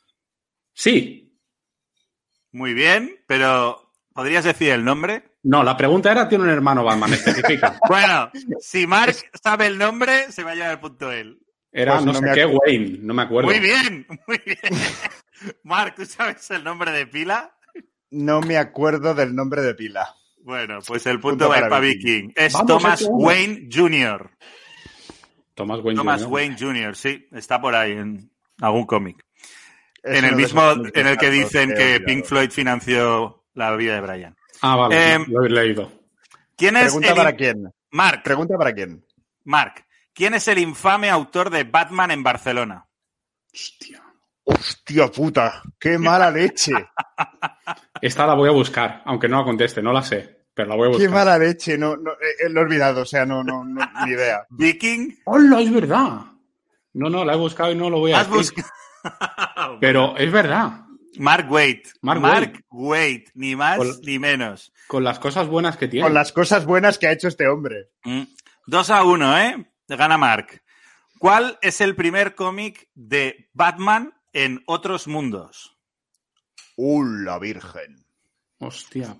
Sí. Muy bien, pero ¿podrías decir el nombre? No, la pregunta era, ¿tiene un hermano Batman? Especifica. Bueno, si Mark sabe el nombre, se va a llevar el punto él. Era pues no, no sé qué, Wayne, no me acuerdo. Muy bien, muy bien. Mark, ¿tú sabes el nombre de pila? No me acuerdo del nombre de pila. Bueno, pues el punto, punto va para Viking. Viking. Es Vamos, Thomas este Wayne junior Thomas Wayne Thomas junior Wayne junior, sí, está por ahí en algún cómic. En el mismo en el que dicen que Pink Floyd financió la vida de Brian. Ah, vale, eh, lo he leído. ¿Quién es Pregunta el... para quién. Mark. Pregunta para quién. Mark. ¿Quién es el infame autor de Batman en Barcelona? Hostia. Hostia puta. Qué mala leche. Esta la voy a buscar, aunque no la conteste, no la sé, pero la voy a buscar. Qué mala leche. No, no, eh, lo he olvidado, o sea, no, no, no ni idea. Viking. ¡Hola, es verdad! No, no, la he buscado y no lo voy a ¿Has decir. Pero es verdad. Mark Waid. Mark, Mark Waid. Ni más con, ni menos. Con las cosas buenas que tiene. Con las cosas buenas que ha hecho este hombre. Mm. Dos a uno, ¿eh? Gana Mark. ¿Cuál es el primer cómic de Batman en otros mundos? ¡Uh, la Virgen! Hostia.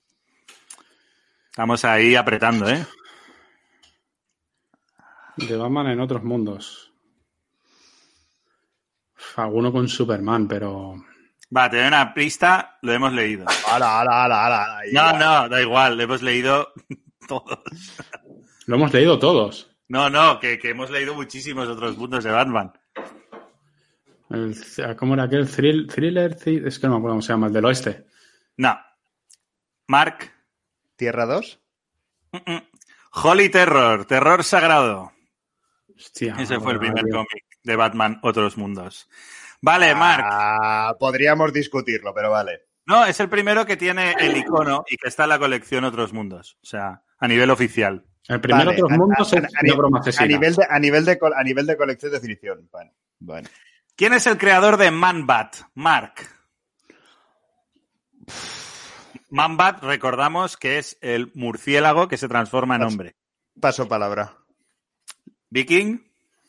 Estamos ahí apretando, ¿eh? De Batman en otros mundos. Alguno con Superman, pero... Va, te doy una pista, lo hemos leído. ¡Hala, hala, hala, hala! No, no, da igual, lo hemos leído todos. Lo hemos leído todos. No, no, que, que hemos leído muchísimos otros mundos de Batman. El, ¿Cómo era aquel? Thrill, thriller, thriller, es que no me acuerdo cómo se llama, el del oeste. No. Mark. ¿Tierra dos? Mm-mm. Holy Terror, terror sagrado. Hostia, ese fue el primer Dios. cómic de Batman, otros mundos. Vale, Mark. Ah, podríamos discutirlo, pero vale. No, es el primero que tiene el icono y que está en la colección Otros Mundos. O sea, a nivel oficial. El primero vale, Otros a, Mundos a, es a, una broma asesina. A nivel de, a nivel de, a nivel de colección de definición. Bueno, bueno. ¿Quién es el creador de Man-Bat? Mark. Man-Bat, recordamos que es el murciélago que se transforma en hombre. Paso palabra. ¿Viking?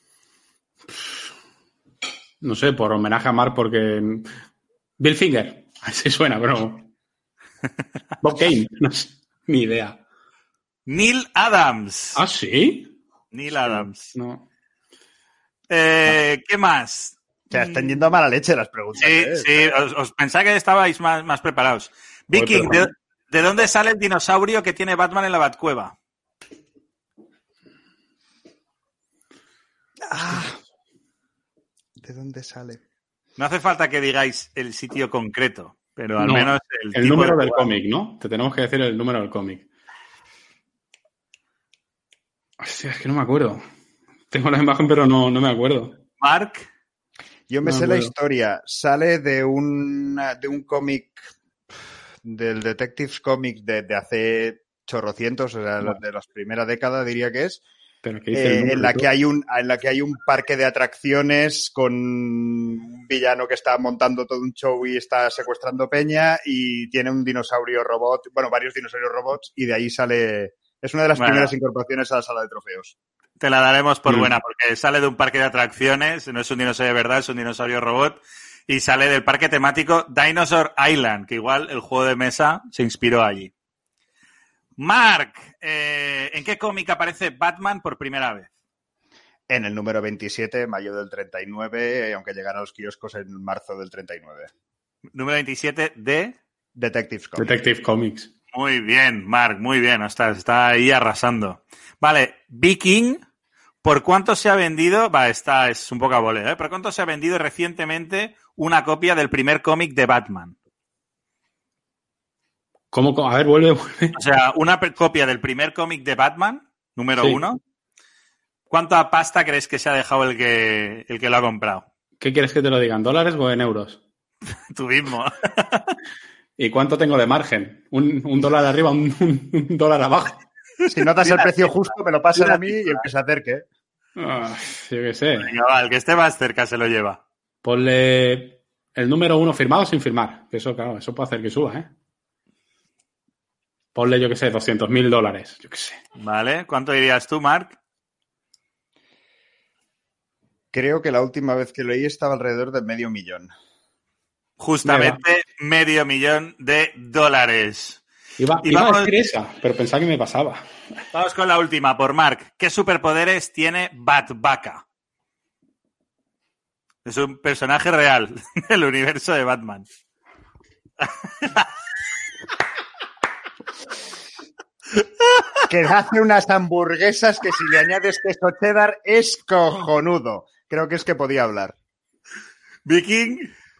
No sé, por homenaje a Mark, porque... Bill Finger. Así suena, pero... Bob Kane. No sé, ni idea. Neil Adams. ¿Ah, sí? Neil Adams. No. Eh, ¿Qué más? O sea, están yendo a mala leche las preguntas. Sí, ¿eh? sí, os, os pensaba que estabais más, más preparados. Viking, ¿de, ¿de dónde sale el dinosaurio que tiene Batman en la Batcueva? Ah, ¿de dónde sale? No hace falta que digáis el sitio concreto, pero al No, menos el, el tipo número de del cómic, ¿no? Te tenemos que decir el número del cómic. Hostia, es que no me acuerdo. Tengo la imagen, pero no, no me acuerdo. Mark. Yo me No sé me la acuerdo. historia. Sale de un, de un cómic, del Detectives Comics de, de hace chorrocientos, o sea, Vale. de las primeras décadas diría que es, Pero que dice eh, el número en, y la todo. que hay un, en la que hay un parque de atracciones con un villano que está montando todo un show y está secuestrando peña y tiene un dinosaurio robot, bueno, varios dinosaurios robots y de ahí sale... Es una de las Bueno. primeras incorporaciones a la sala de trofeos. Te la daremos por Mm. buena, porque sale de un parque de atracciones, no es un dinosaurio de verdad, es un dinosaurio robot, y sale del parque temático Dinosaur Island, que igual el juego de mesa se inspiró allí. Mark, eh, ¿en qué cómic aparece Batman por primera vez? En el número veintisiete, mayo del treinta y nueve, aunque llegará a los kioscos en marzo del treinta y nueve. Número veintisiete de... Detectives Comics. Detective Comics. Muy bien, Mark, muy bien, está, está ahí arrasando. Vale, Viking, ¿por cuánto se ha vendido? Va, esta es un poco a voleo, ¿eh? ¿Por cuánto se ha vendido recientemente una copia del primer cómic de Batman? ¿Cómo? cómo? A ver, vuelve, vuelve. O sea, una pe- copia del primer cómic de Batman, número Sí. uno. ¿Cuánta pasta crees que se ha dejado el que, el que lo ha comprado? ¿Qué quieres que te lo diga? ¿En dólares o en euros? Tú mismo. ¿Y cuánto tengo de margen? ¿Un, un dólar arriba, un, un- un dólar abajo? Si notas el precio justo, me lo pasan a mí y el que se acerque. Ah, yo qué sé. Venga, va, el que esté más cerca se lo lleva. Ponle el número uno firmado sin firmar. Que eso, claro, eso puede hacer que suba, ¿eh? Ponle, yo qué sé, doscientos mil dólares. Yo qué sé. ¿Vale? ¿Cuánto dirías tú, Mark? Creo que la última vez que leí estaba alrededor de medio millón. Justamente medio millón de dólares. Iba, Y iba vamos- a decir esa, pero pensaba que me pasaba. Vamos con la última, por Mark. ¿Qué superpoderes tiene Batvaca? Es un personaje real del universo de Batman. Que hace unas hamburguesas que si le añades queso cheddar es cojonudo. Creo que es que podía hablar. Viking.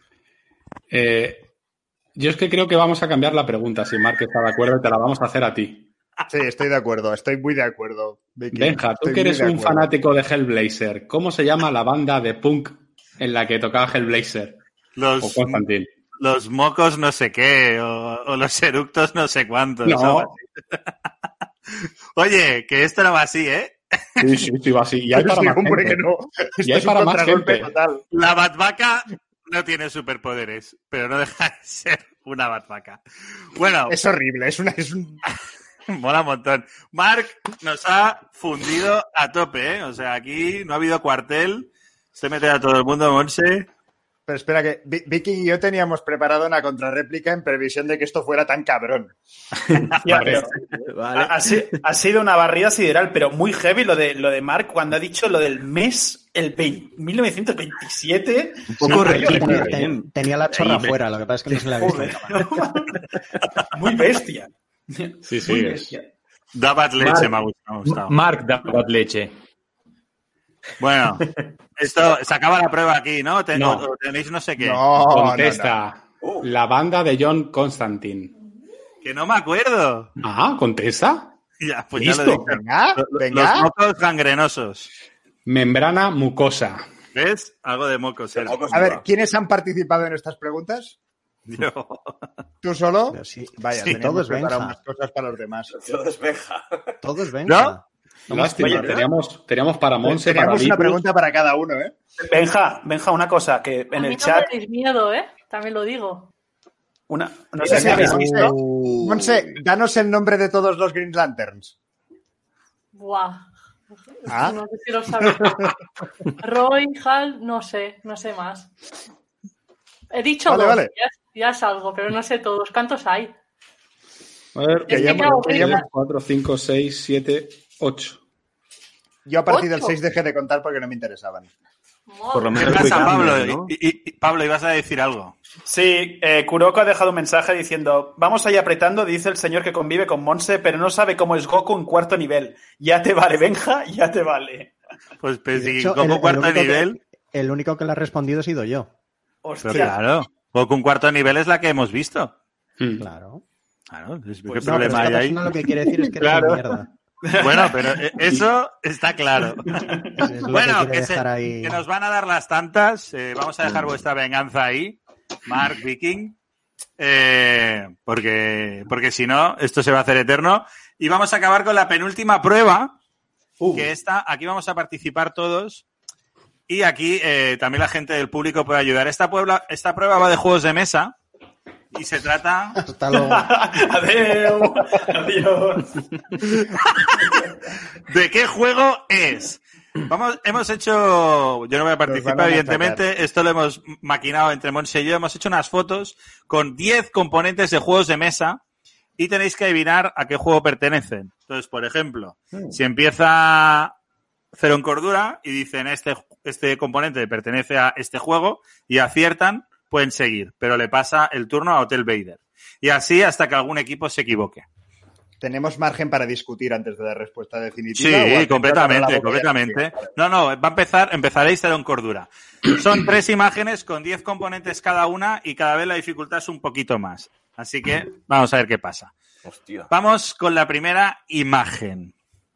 Eh, yo es que creo que vamos a cambiar la pregunta, si Mark está de acuerdo, y te la vamos a hacer a ti. Sí, estoy de acuerdo, estoy muy de acuerdo. Vicky. Benja, tú Estoy que eres muy de un acuerdo. fanático de Hellblazer, ¿cómo se llama la banda de punk en la que tocaba Hellblazer? Los, O Constantine. los mocos no sé qué, o, o los eructos no sé cuántos. No. algo así. Oye, que esto no va así, ¿eh? Sí, sí, sí, va así. Y hay para Sí, más hombre, gente. que no. Y Esto hay es un para más contragolpe gente. total. La Batvaca no tiene superpoderes, pero no deja de ser una Batvaca. Bueno, Es horrible, es, una, es un... mola un montón. Mark nos ha fundido a tope, ¿eh? O sea, aquí no ha habido cuartel. Se mete a todo el mundo, Monse. Pero espera, que Vi- Vicky y yo teníamos preparado una contrarréplica en previsión de que esto fuera tan cabrón. Ya, Hombre. pero ha, ha si- ha sido una barrida sideral, pero muy heavy lo de, lo de Mark cuando ha dicho lo del mes, el veinte mil novecientos veintisiete. Un poco tenía, ten- tenía la chorra afuera, lo que pasa es que no se la he visto. Joder. Muy bestia. Sí, sí, Muy es. bestia. Da bad leche, Mark. me ha gustado. me ha gustado. Mark da bad leche. Bueno, esto se acaba la prueba aquí, ¿no? Ten- No. o- o tenéis no sé qué. No, Contesta. La banda de John Constantine. Que no me acuerdo. Ah, contesta. Ya, pues ya lo he Listo. dicho. Venga, Lo- lo- venga. Los mocos gangrenosos. Membrana mucosa. ¿Ves? Algo de mocos. ¿eh? Mocos. A ver, ¿quiénes han participado en estas preguntas? Yo. ¿Tú solo? Pero sí, Vaya, Sí, teníamos todo es preparado Benja. unas cosas para los demás. Todo despeja. todo es ¿No? venga. Lástima, Oye, teníamos, teníamos para Monse, para Teníamos una Vipu. pregunta para cada uno, ¿eh? Benja, Benja, una cosa, que A en mí el no chat, me deis miedo, ¿eh? También lo digo. Una, no sé si habéis visto. Monse, danos el nombre de todos los Green Lanterns. Buah. ¿Ah? No sé si lo sabes. Roy, Hal, no sé, no sé más. He dicho Vale, dos, vale. Ya, ya salgo, pero no sé todos. ¿Cuántos hay? A ver, Es que veíamos claro, veíamos Green- cuatro, cinco, seis, siete, ocho. Yo a partir del ¿Ocho? seis dejé de contar porque no me interesaban. Por lo ¿Qué menos pasa, fui Pablo? cambios, ¿no? Y, y- y- Pablo, ibas a decir algo. Sí, eh, Kuroko ha dejado un mensaje diciendo: vamos ahí apretando, dice el señor que convive con Monse, pero no sabe cómo es Goku en cuarto nivel. Ya te vale, Benja, ya te vale. Pues, pues De si hecho, Goku el- el cuarto único que- nivel. El único que le ha respondido he sido yo. Pero Hostia. claro, Goku un cuarto nivel es la que hemos visto. Hmm. Claro. Claro, ¿qué No, pero problema esta hay ahí? persona lo que quiere decir es que eres Claro. un mierda. Bueno, pero eh, eso está claro. Es lo Bueno, que quiere que, se- dejar ahí. que nos van a dar las tantas. eh, vamos a dejar vuestra venganza ahí, Mark Viking. eh, porque porque si no, esto se va a hacer eterno. Y vamos a acabar con la penúltima prueba. Uh. Que esta, aquí vamos a participar todos. Y aquí eh, también la gente del público puede ayudar. Esta, puebla, esta prueba va de juegos de mesa. Y se trata. Hasta luego. Adeu, adiós. ¿De qué juego es? Vamos, hemos hecho, yo no voy a participar, van a evidentemente, esto lo hemos maquinado entre Monse y yo, hemos hecho unas fotos con diez componentes de juegos de mesa y tenéis que adivinar a qué juego pertenecen. Entonces, por ejemplo, si empieza Cero en Cordura y dicen este, este componente pertenece a este juego y aciertan, pueden seguir, pero le pasa el turno a Hotel Vader. Y así hasta que algún equipo se equivoque. ¿Tenemos margen para discutir antes de dar respuesta definitiva? ¿O Sí, al completamente, final completamente. No, no, va a empezar, empezaréis Cero en Cordura. Son tres imágenes con diez componentes cada una y cada vez la dificultad es un poquito más. Así que vamos a ver qué pasa. Hostia. Vamos con la primera imagen.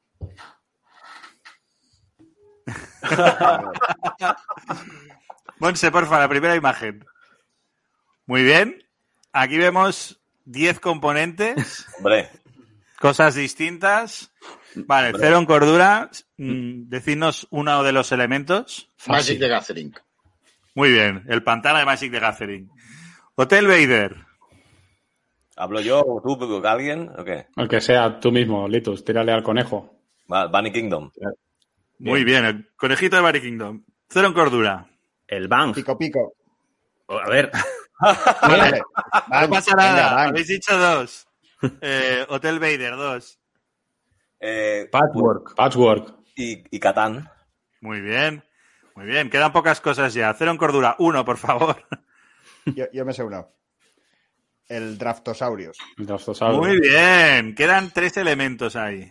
Monse, porfa, la primera imagen. Muy bien. Aquí vemos diez componentes. Hombre, Cosas distintas. Vale, Cero en Cordura. Mm, decidnos uno de los elementos. Magic the Gathering. Muy bien, el pantano de Magic the Gathering. Hotel Vader. ¿hablo yo o tú, o alguien? ¿O qué? El que sea tú mismo, Litus, tírale al conejo. Va, Bunny Kingdom. Muy bien, el conejito de Barry Kingdom. Cero en Cordura. El Bang. Pico, pico. A ver, Vale. No pasa Venga, nada, Bang. habéis dicho dos. Eh, Hotel Vader, dos. Eh, Patchwork. Patchwork. y, y Catán. Muy bien, muy bien. Quedan pocas cosas ya. Cero en Cordura, uno, por favor. Yo, yo me sé uno. El Draftosaurus. El Draftosaurus. Muy bien, quedan tres elementos ahí.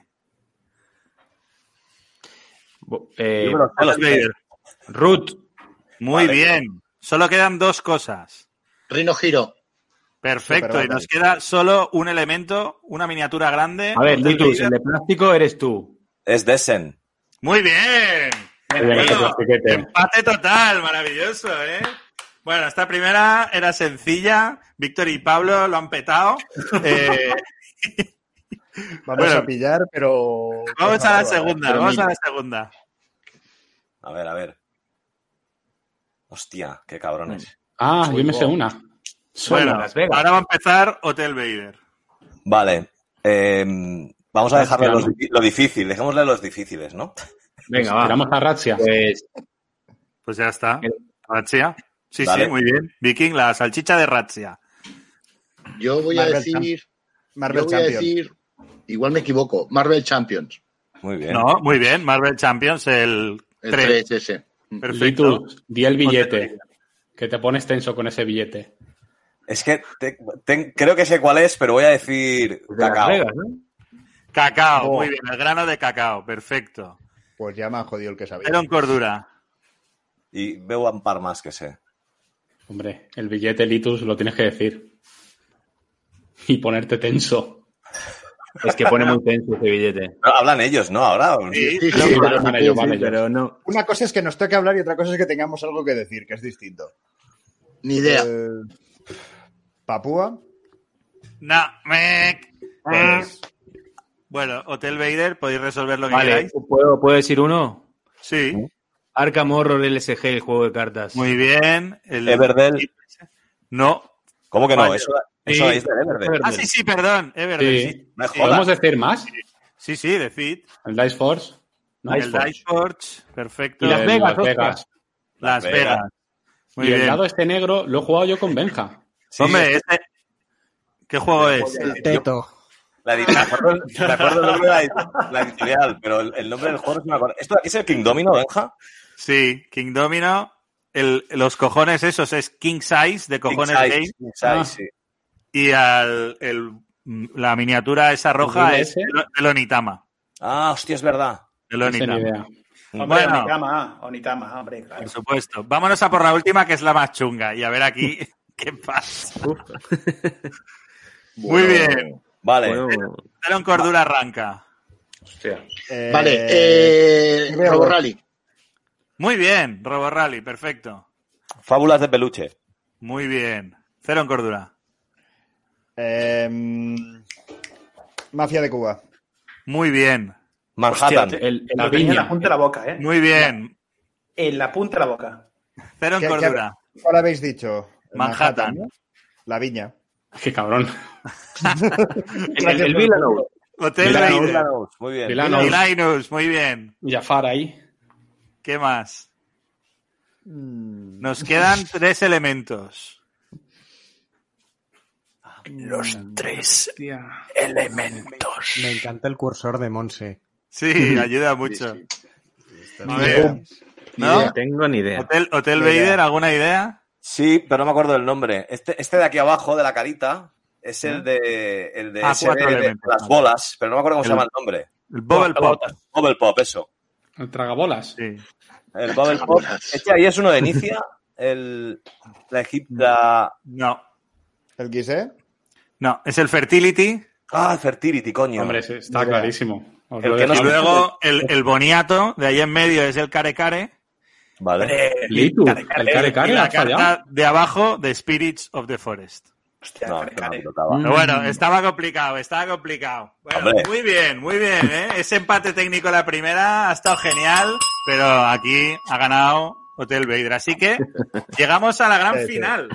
Bo- eh, Yo me los sé, los Hotel Vader. Root. Muy Vale. bien. Solo quedan dos cosas. Rino Giro. Perfecto, Super y nos Battle. queda solo un elemento, una miniatura grande. A ver, Hotel Litus, Vader. el de plástico eres tú. Es Desen. Muy bien. Muy bien, ese Bueno, plastiquete. empate total, maravilloso, ¿eh? Bueno, esta primera era sencilla. Víctor y Pablo lo han petado. Eh, Vamos Bueno. a pillar, pero... vamos por a la favor, segunda, pero vamos a mira. la segunda. A ver, a ver. Hostia, qué cabrones. Ah, yo me sé una. Bueno, Las Vegas. ahora va a empezar Hotel Vader. Vale. eh, vamos a dejarle Hostia, los, di- lo difícil. Dejémosle los difíciles, ¿no? Venga, va. Tiramos a Ratsia. Pues, Pues ya está. Ratsia. Sí, Vale. sí, muy bien. Viking, la salchicha de Ratsia. Yo voy a Marvel decir. Marvel yo voy a Champions. decir. Igual me equivoco. Marvel Champions. Muy bien. No, muy bien. Marvel Champions, el El tres. tres ese. Perfecto. Litus, di el billete. Que te pones tenso con ese billete. Es que te- te- creo que sé cuál es, pero voy a decir de Las cacao. Vegas, ¿no? Cacao, Oh. muy bien. El grano de cacao, perfecto. Pues ya me han jodido el que sabía. Cero en Cordura. Y veo un par más que sé. Hombre, el billete Litus lo tienes que decir. Y ponerte tenso. Es que pone muy tenso ese billete. No, hablan ellos, ¿no? Ahora. Sí, Sí, Sí, sí, vale, van sí, ellos, sí, van ellos. pero no. Una cosa es que nos toque hablar y otra cosa es que tengamos algo que decir, que es distinto. Ni idea. Eh, Papúa. No, me... Pues, Bueno, Hotel Vader, podéis resolver lo que Vale, queráis. ¿puedo, ¿puedo decir uno? Sí, Arkham Horror L S G, el juego de cartas. muy bien. El... Everdell. No, ¿Cómo que no? Vale. Eso, Eso es de Everdell. Ah, sí, sí, perdón. Everdell, Sí. sí. Me Sí. ¿Podemos decir más? Sí, sí, decid. El Dice Force. ¿no? El Dice Forge, perfecto. Y Las El Vegas, Las hostia. Vegas. Las Las Vegas. Vegas. Muy y el bien. dado este negro lo he jugado yo con Benja. Sí, Hombre, este... ¿qué juego es? El teto. La, edi- me acuerdo, me acuerdo el nombre de la, edi- la editorial, pero el, el nombre del juego no me acuerdo. ¿Esto de aquí es el King Domino, Benja? Sí, King Domino. El, los cojones esos es King Size, de cojones King Size, Game. King Size, Ah. sí. Y al, el, la miniatura esa roja ¿El es ese? el Onitama. Ah, hostia, es verdad. El No sé ni Onitama. idea. Hombre, Bueno. Onitama, Onitama, hombre, claro. Por supuesto. Vámonos a por la última, que es la más chunga. Y a ver aquí qué pasa. Muy bien. Vale. Bueno, Telón Cordura arranca. Hostia. Eh, Vale, eh, Veo. Robo Rally. Muy bien, Robo Rally, perfecto. Fábulas de peluche. Muy bien. Cero en Cordura. eh, Mafia de Cuba. Muy bien. Manhattan. Hostia, El- lo la tenía en viña. la punta de la boca, ¿eh? Muy bien. En la punta de la boca. Cero en ¿Qué- Cordura. qué- ¿Cuál habéis dicho? Manhattan. ¿no? La Viña. Qué cabrón. El, el, el Villanova. Hotel Milano. Vader. Villanos, muy bien. Milano. Y Linus, muy bien. Jafar ahí. ¿Qué más? Mm, Nos quedan tres elementos. Los tres elementos. Me encanta el cursor de Monse. Sí, ayuda mucho. A Ni ver, idea. ¿no? no tengo ni idea. Hotel, Hotel Ni idea. Vader, ¿alguna idea? Sí, pero no me acuerdo del nombre. Este, este de aquí abajo, de la carita, es el de, el de, Ah, ese cuatro de- de elementos. las bolas, pero no me acuerdo cómo se El- llama el nombre. El Bubble Pop. Bubble Pop, eso. El tragabolas. Sí. El Bubble Pop. Bolas. Este ahí es uno de Inicia, el, la Egipta... No, ¿El Guisé? no, es el Fertility. Ah, Fertility, coño. Hombre, sí, está Ni idea. clarísimo. Os El lo que no Y dejo. sabe- luego el, el Boniato, de ahí en medio es el Care Care. Vale. Litu, el care Y care la ha fallado. carta de abajo, de Spirits of the Forest. Hostia, No, care, esto no care. me tocaba. Pero bueno, estaba complicado, estaba complicado. Bueno, Hombre. muy bien, muy bien, ¿eh? Ese empate técnico la primera ha estado genial, pero aquí ha ganado Hotel Vader. Así que llegamos a la gran Sí, sí. final.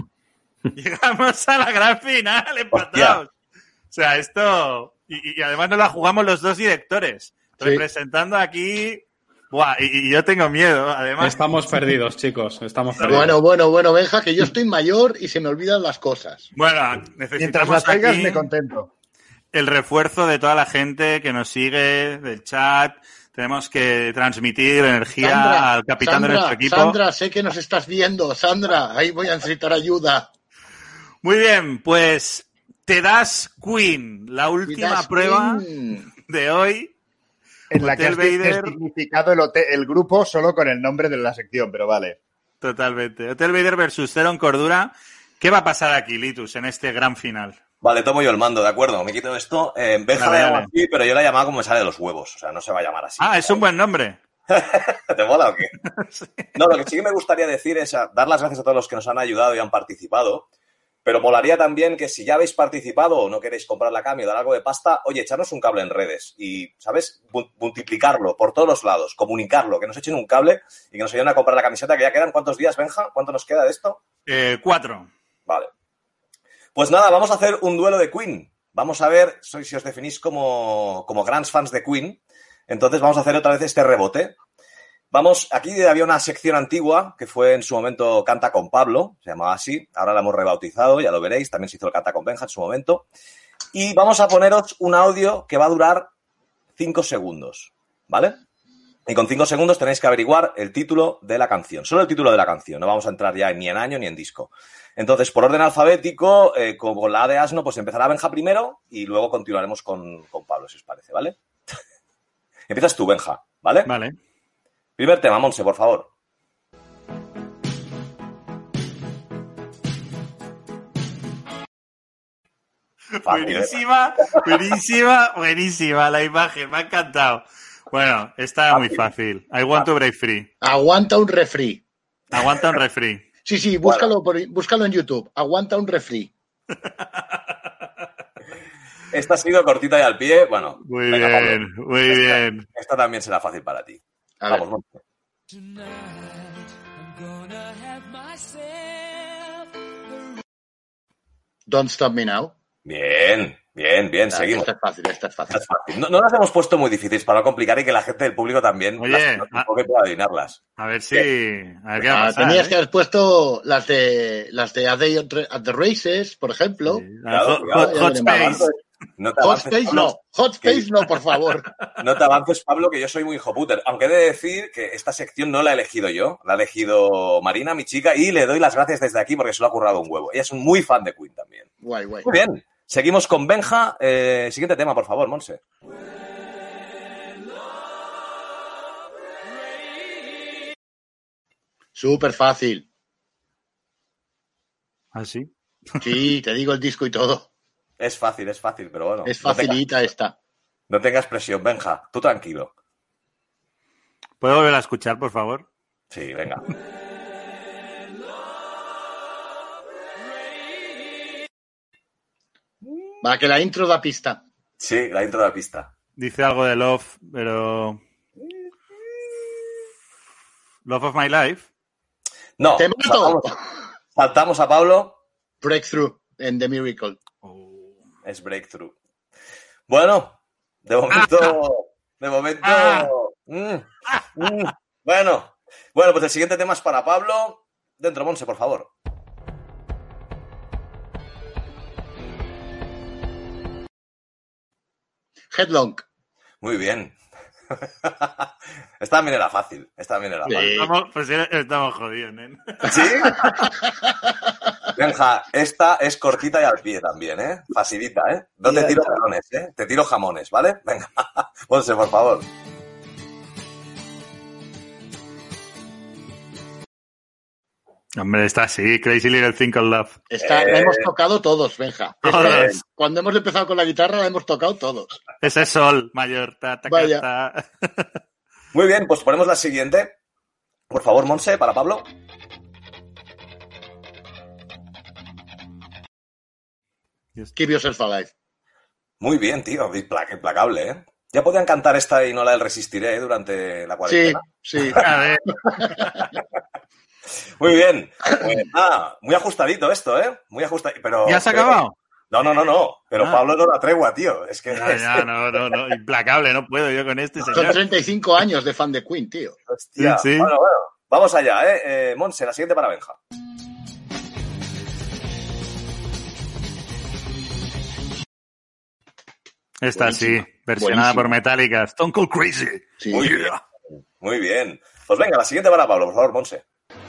Llegamos a la gran final, empatados. O sea, esto... Y, y además nos la jugamos los dos directores, Sí. representando aquí... Buah, y, y yo tengo miedo, además. Estamos perdidos, chicos. Estamos perdidos. Bueno, bueno, bueno, Benja, que yo estoy mayor y se me olvidan las cosas. Bueno, Mientras necesitamos las traigas, aquí me contento. el refuerzo de toda la gente que nos sigue, del chat. Tenemos que transmitir energía Sandra, al capitán Sandra, de nuestro equipo. Sandra, sé que nos estás viendo. Sandra, ahí voy a necesitar ayuda. Muy bien, pues te das Queen, la última Midas prueba Queen. de hoy. En la que Hotel has de- Vader. significado el, hotel- el grupo solo con el nombre de la sección, pero vale. Totalmente. Hotel Vader versus Cero en Cordura. ¿Qué va a pasar aquí, Litus, en este gran final? Vale, tomo yo el mando, ¿de acuerdo? Me quito esto. Eh, Benja Dale, la llama dale. así, pero yo la he llamado como me sale de los huevos. O sea, no se va a llamar así. Ah, es un buen nombre. ¿Te mola o qué? No, lo que sí que me gustaría decir es a- dar las gracias a todos los que nos han ayudado y han participado. Pero molaría también que si ya habéis participado o no queréis comprar la cambio, dar algo de pasta, oye, echarnos un cable en redes y, ¿sabes? Bu- multiplicarlo por todos los lados, comunicarlo, que nos echen un cable y que nos ayuden a comprar la camiseta, que ya quedan. ¿Cuántos días, Benja? ¿Cuánto nos queda de esto? Eh, cuatro. Vale. Pues nada, vamos a hacer un duelo de Queen. Vamos a ver sois, si os definís como, como grandes fans de Queen. Entonces vamos a hacer otra vez este rebote. Vamos, aquí había una sección antigua que fue en su momento Canta con Pablo, se llamaba así. Ahora la hemos rebautizado, ya lo veréis. También se hizo el Canta con Benja en su momento. Y vamos a poneros un audio que va a durar cinco segundos, ¿vale? Y con cinco segundos tenéis que averiguar el título de la canción. Solo el título de la canción. No vamos a entrar ya ni en año ni en disco. Entonces, por orden alfabético, eh, como la A de asno, pues empezará Benja primero y luego continuaremos con, con Pablo, si os parece, ¿vale? Empiezas tú, Benja, ¿vale? Vale. Primer tema, Monse, por favor. Fácil, ¿eh? Buenísima, buenísima, buenísima la imagen, me ha encantado. Bueno, está muy fácil. I want to break free. Aguanta un refri. Aguanta un refri. Sí, sí, búscalo, por- búscalo en YouTube. Aguanta un refri. Esta ha sido cortita y al pie. Bueno, Muy venga, Pablo. bien, muy Esta- bien. Esta también será fácil para ti. A ver. Vamos, Monse. Don't Stop Me Now. Bien, bien, bien, Claro, seguimos. Esta es fácil, esta es fácil. Esta es fácil. No, no las hemos puesto muy difíciles para no complicar y que la gente del público también Oye, las conozca un poco y pueda adivinarlas. A ver si... A ver qué va a Ah, pasar, tenías ¿eh? que haber puesto las de las de A Day at the Races, por ejemplo. Sí. Cuidado, Hot, cuidado, Hot- ya Hot veremos. Space. No te Hot avances, Space Pablo, no, Hot Space no, por favor. no te avances, Pablo, que yo soy muy hijoputer. Aunque he de decir que esta sección no la he elegido yo, la ha elegido Marina, mi chica, y le doy las gracias desde aquí porque se lo ha currado un huevo. Ella es un muy fan de Queen también. Guay, guay. Muy bien, seguimos con Benja. Eh, siguiente tema, por favor, Monse. Súper fácil. ¿Ah, sí? Sí, te digo el disco y todo. Es fácil, es fácil, pero bueno. Es no tengas- facilita esta. No tengas presión, Benja. Tú tranquilo. ¿Puedo volver a escuchar, por favor? Sí, venga. Va, que la intro da pista. Sí, la intro de la pista. Dice algo de Love, pero... Love of My Life. No, ¡Te mato! saltamos, saltamos a Pablo. Breakthrough en The Miracle. Es Breakthrough. Bueno, de momento... De momento... Ah. mm, mm, bueno. Bueno, pues el siguiente tema es para Pablo. Dentro, Monse, por favor. Headlong. Muy bien. Esta también era fácil. Esta también era Sí. fácil. Estamos, pues estamos jodidos, ¿eh? ¿Sí? Benja, esta es cortita y al pie también, ¿eh? Facilita, ¿eh? No te tiro jamones, ¿eh? Te tiro jamones, ¿vale? Venga, Monse, por favor. Hombre, está así. Crazy Little Thing Called Love. Esta Eh. la hemos tocado todos, Benja. Todos. Esta, cuando hemos empezado con la guitarra la hemos tocado todos. Ese es Sol mayor. Ta, ta, Vaya. ta. Muy bien, pues ponemos la siguiente. Por favor, Monse, para Pablo. Keep Yourself Alive. Muy bien, tío. Impla- Implacable, ¿eh? Ya podían cantar esta y no la del Resistiré, ¿eh? Durante la Sí, cuarentena. sí. A ver. Muy bien. Pues nada, muy ajustadito esto, ¿eh? Muy ajustadito. Pero, ¿Ya se ha pero- acabado? No, no, no, no. Pero Ah. Pablo no la tregua, tío. Es que... Ya, ya, no, no, no. Implacable, no puedo yo con este Son señor. treinta y cinco años de fan de Queen, tío. Hostia. Sí, sí. Bueno, bueno. Vamos allá, ¿eh? eh Monse, la siguiente para Benja. Esta sí, Buenísima. versionada Buenísima. por Metallica. Stone Cold Crazy. Sí. Muy bien. Muy bien. Pues venga, la siguiente para Pablo, por favor, Monse.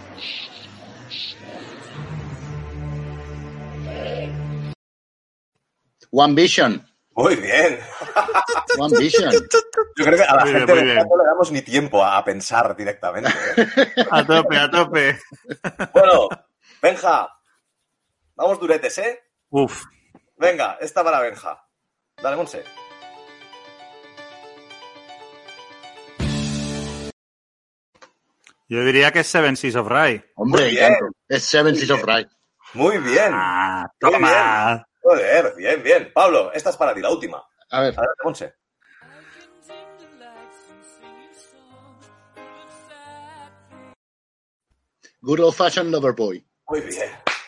One Vision. Muy bien. One Vision. Yo creo que a la Muy bien, gente muy de bien. no le damos ni tiempo a pensar directamente. ¿eh? A tope, a tope. Bueno, Benja. Vamos duretes, ¿eh? Uf. Venga, esta para Benja. Dale, Monse. Yo diría que es Seven Seas of Rye. Hombre, Muy bien. tanto. Es Seven Seas of Rye. Muy bien. Ah, Muy toma. Joder, bien, bien. Pablo, esta es para ti, la última. A ver, Adelante, Monse. Good Old Fashioned Lover Boy. Muy bien.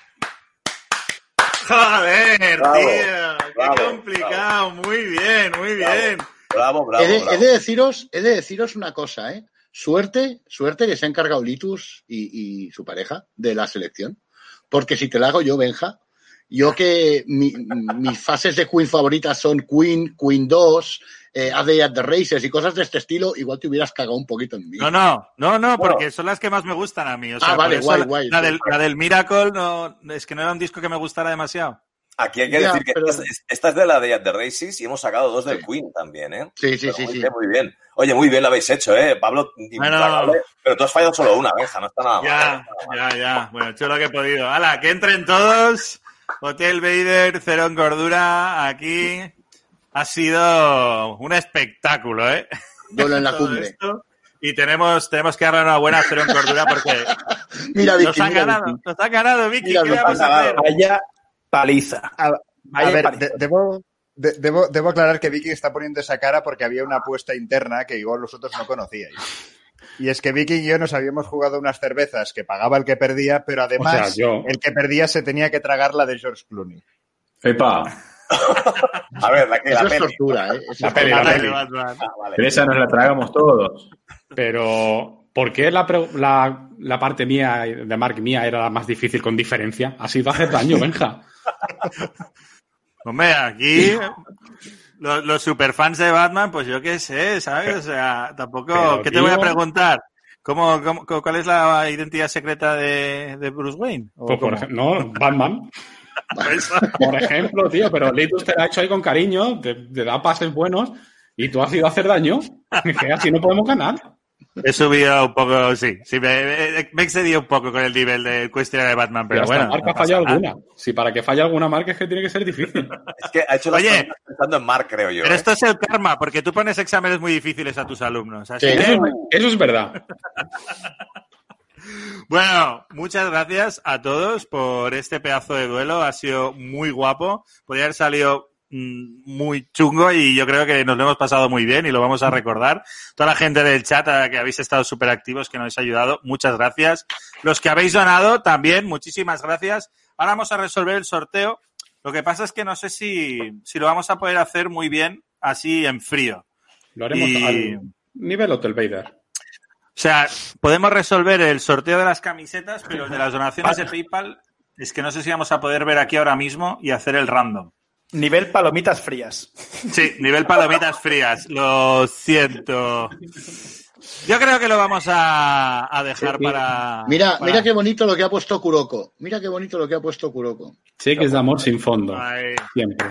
Joder, Bravo, tío. Qué bravo, complicado. Muy bien, muy bien. Bravo, bravo, he, de, bravo. he de deciros, he de deciros una cosa, ¿eh? Suerte, suerte que se ha encargado Litus y, y su pareja de la selección. Porque si te la hago yo, Benja, yo que mi- mis fases de Queen favoritas son Queen, Queen dos, eh, A Day at the Races y cosas de este estilo, igual te hubieras cagado un poquito en mí. No, no, no, no, Bueno. porque son las que más me gustan a mí. O sea, Ah, por vale, eso guay, la, guay. la del, la del Miracle no, es que no era un disco que me gustara demasiado. Aquí hay que Ya, decir que pero- esta, es- esta es de la de At the Races y hemos sacado dos del Sí. Queen también, ¿eh? Sí, sí, Pero sí, muy sí. bien, muy bien. Oye, muy bien lo habéis hecho, ¿eh? Pablo, implacable. Pero tú has fallado solo una, Benja, no está nada mal. Ya, ya, ya. Bueno, he hecho lo que he podido. ¡Hala, que entren todos! Hotel Vader, cero en cordura. Aquí ha sido un espectáculo, ¿eh? Duelo en la Todo cumbre. esto. Y tenemos, tenemos que darle una buena cero en cordura porque Mira, nos Vicky, han mira, ganado. Vicky. Nos han ganado, Vicky. Mira, ¿Qué nos le vamos han a hacer? ganado. Vaya paliza. A, a Vaya ver, paliza. de- debo, de- debo, debo aclarar que Vicky está poniendo esa cara porque había una apuesta interna que igual vosotros no conocíais. Y es que Vicky y yo nos habíamos jugado unas cervezas que pagaba el que perdía, pero además O sea, yo. el que perdía se tenía que tragar la de George Clooney. Epa. A ver, la, Eso la es peli. tortura, ¿eh? Eso La es peli, tortura. la peli. Ah, vale. Pero esa nos la tragamos todos. Pero, ¿por qué la, pre- la, la parte mía, de Mark mía, era la más difícil con diferencia? Ha sido hacer daño, Benja. Hombre, aquí los, los superfans de Batman, pues yo qué sé, ¿sabes? O sea, tampoco... Pero, ¿Qué te voy a tío- preguntar? ¿Cómo, cómo, ¿Cuál es la identidad secreta de, de Bruce Wayne? ¿O Pues, por cómo? ejemplo, no, Batman. Por ejemplo, tío, pero Litus te la ha hecho ahí con cariño, te, te da pases buenos y tú has ido a hacer daño. Que así no podemos ganar. He subido un poco, sí, sí me, me, me he excedido un poco con el nivel del cuestionario de Batman, pero Pero hasta bueno. Marca no ha fallado pasa nada. alguna. Si para que falle alguna marca es que tiene que ser difícil. Es que ha hecho las Oye. preguntas pensando en Mark, creo yo. Pero ¿eh? esto es el karma, porque tú pones exámenes muy difíciles a tus alumnos. Así Sí. que, Eso, es- eso es verdad. bueno, muchas gracias a todos por este pedazo de duelo. Ha sido muy guapo. Podría haber salido mm, muy chungo y yo creo que nos lo hemos pasado muy bien y lo vamos a recordar. Toda la gente del chat a que habéis estado súper activos, que nos habéis ayudado, muchas gracias. Los que habéis donado también, muchísimas gracias. Ahora vamos a resolver el sorteo. Lo que pasa es que no sé si, si lo vamos a poder hacer muy bien así en frío. Lo haremos Y- al nivel Hotel Vader. O sea, podemos resolver el sorteo de las camisetas, pero el de las donaciones de PayPal es que no sé si vamos a poder ver aquí ahora mismo y hacer el random. Nivel palomitas frías. Sí, nivel palomitas frías. Lo siento. Yo creo que lo vamos a, a dejar para... Mira, para- mira qué bonito lo que ha puesto Kuroko. Mira qué bonito lo que ha puesto Kuroko. Sí que es de amor sin fondo. Ay, Siempre.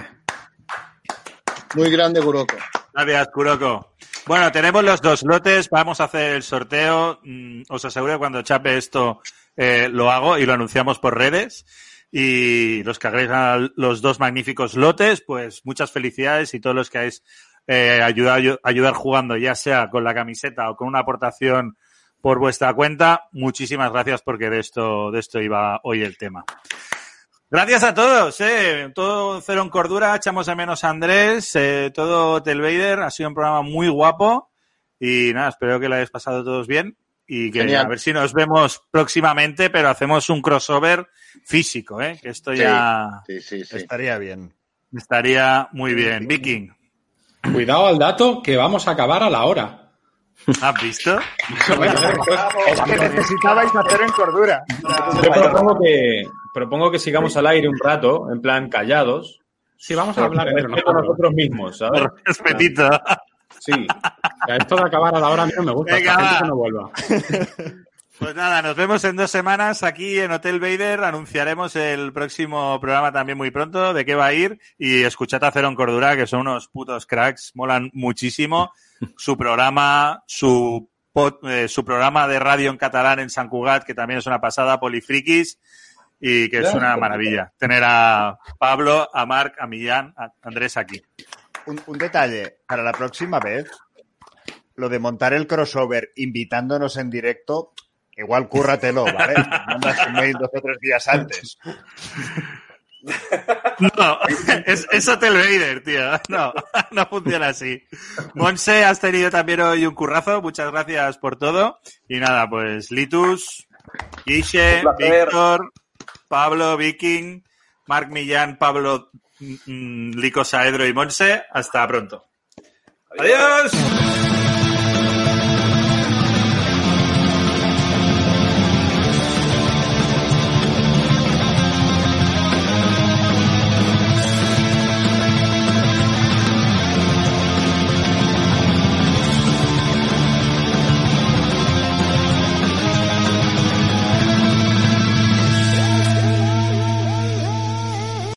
Muy grande Kuroko. gracias, Kuroko. Bueno, tenemos los dos lotes, vamos a hacer el sorteo. Mm, Os aseguro que cuando chape esto eh, lo hago y lo anunciamos por redes. Y los que agregan los dos magníficos lotes, pues muchas felicidades y todos los que habéis eh, ayudado ayudar jugando, ya sea con la camiseta o con una aportación por vuestra cuenta, muchísimas gracias porque de esto, de esto iba hoy el tema. Gracias a todos, eh. Todo cero en cordura, echamos de menos a Andrés, eh, todo Hotel Vader, ha sido un programa muy guapo y nada, espero que lo hayáis pasado todos bien y que Genial. a ver si nos vemos próximamente, pero hacemos un crossover físico, eh, que esto Sí. ya Sí, sí, sí. Estaría bien. estaría muy bien. Viking, Cuidado al dato que vamos a acabar a la hora. ¿has visto? Es que necesitabais hacer en cordura. Yo propongo que, propongo que sigamos al aire un rato, en plan callados. Sí, vamos a hablar entre Respeto a nosotros. nosotros mismos, ¿sabes? Por respetito. Sí. A esto de acabar a la hora a mí no me gusta. Venga, Esta gente va. que no vuelva. Pues nada, nos vemos en dos semanas aquí en Hotel Vader. Anunciaremos el próximo programa también muy pronto, de qué va a ir. Y escuchad a Cero en Cordura, que son unos putos cracks, molan muchísimo. Su programa, su, pod- eh, su programa de radio en catalán en Sant Cugat, que también es una pasada, Polifrikis, y que es una maravilla. Tener a Pablo, a Marc, a Millán, a Andrés aquí. Un, un detalle, para la próxima vez, lo de montar el crossover invitándonos en directo, igual cúrratelo, ¿vale? Mandas un mail dos o tres días antes. No, es, es Hotel Vader, tío. No, no funciona así. Monse, has tenido también hoy un currazo. Muchas gracias por todo. Y nada, pues Litus, Guiche, Un placer. Víctor, Pablo, Viking, Marc Millán, Pablo, mm, mm, Lico Saedro y Monse. Hasta pronto. Adiós.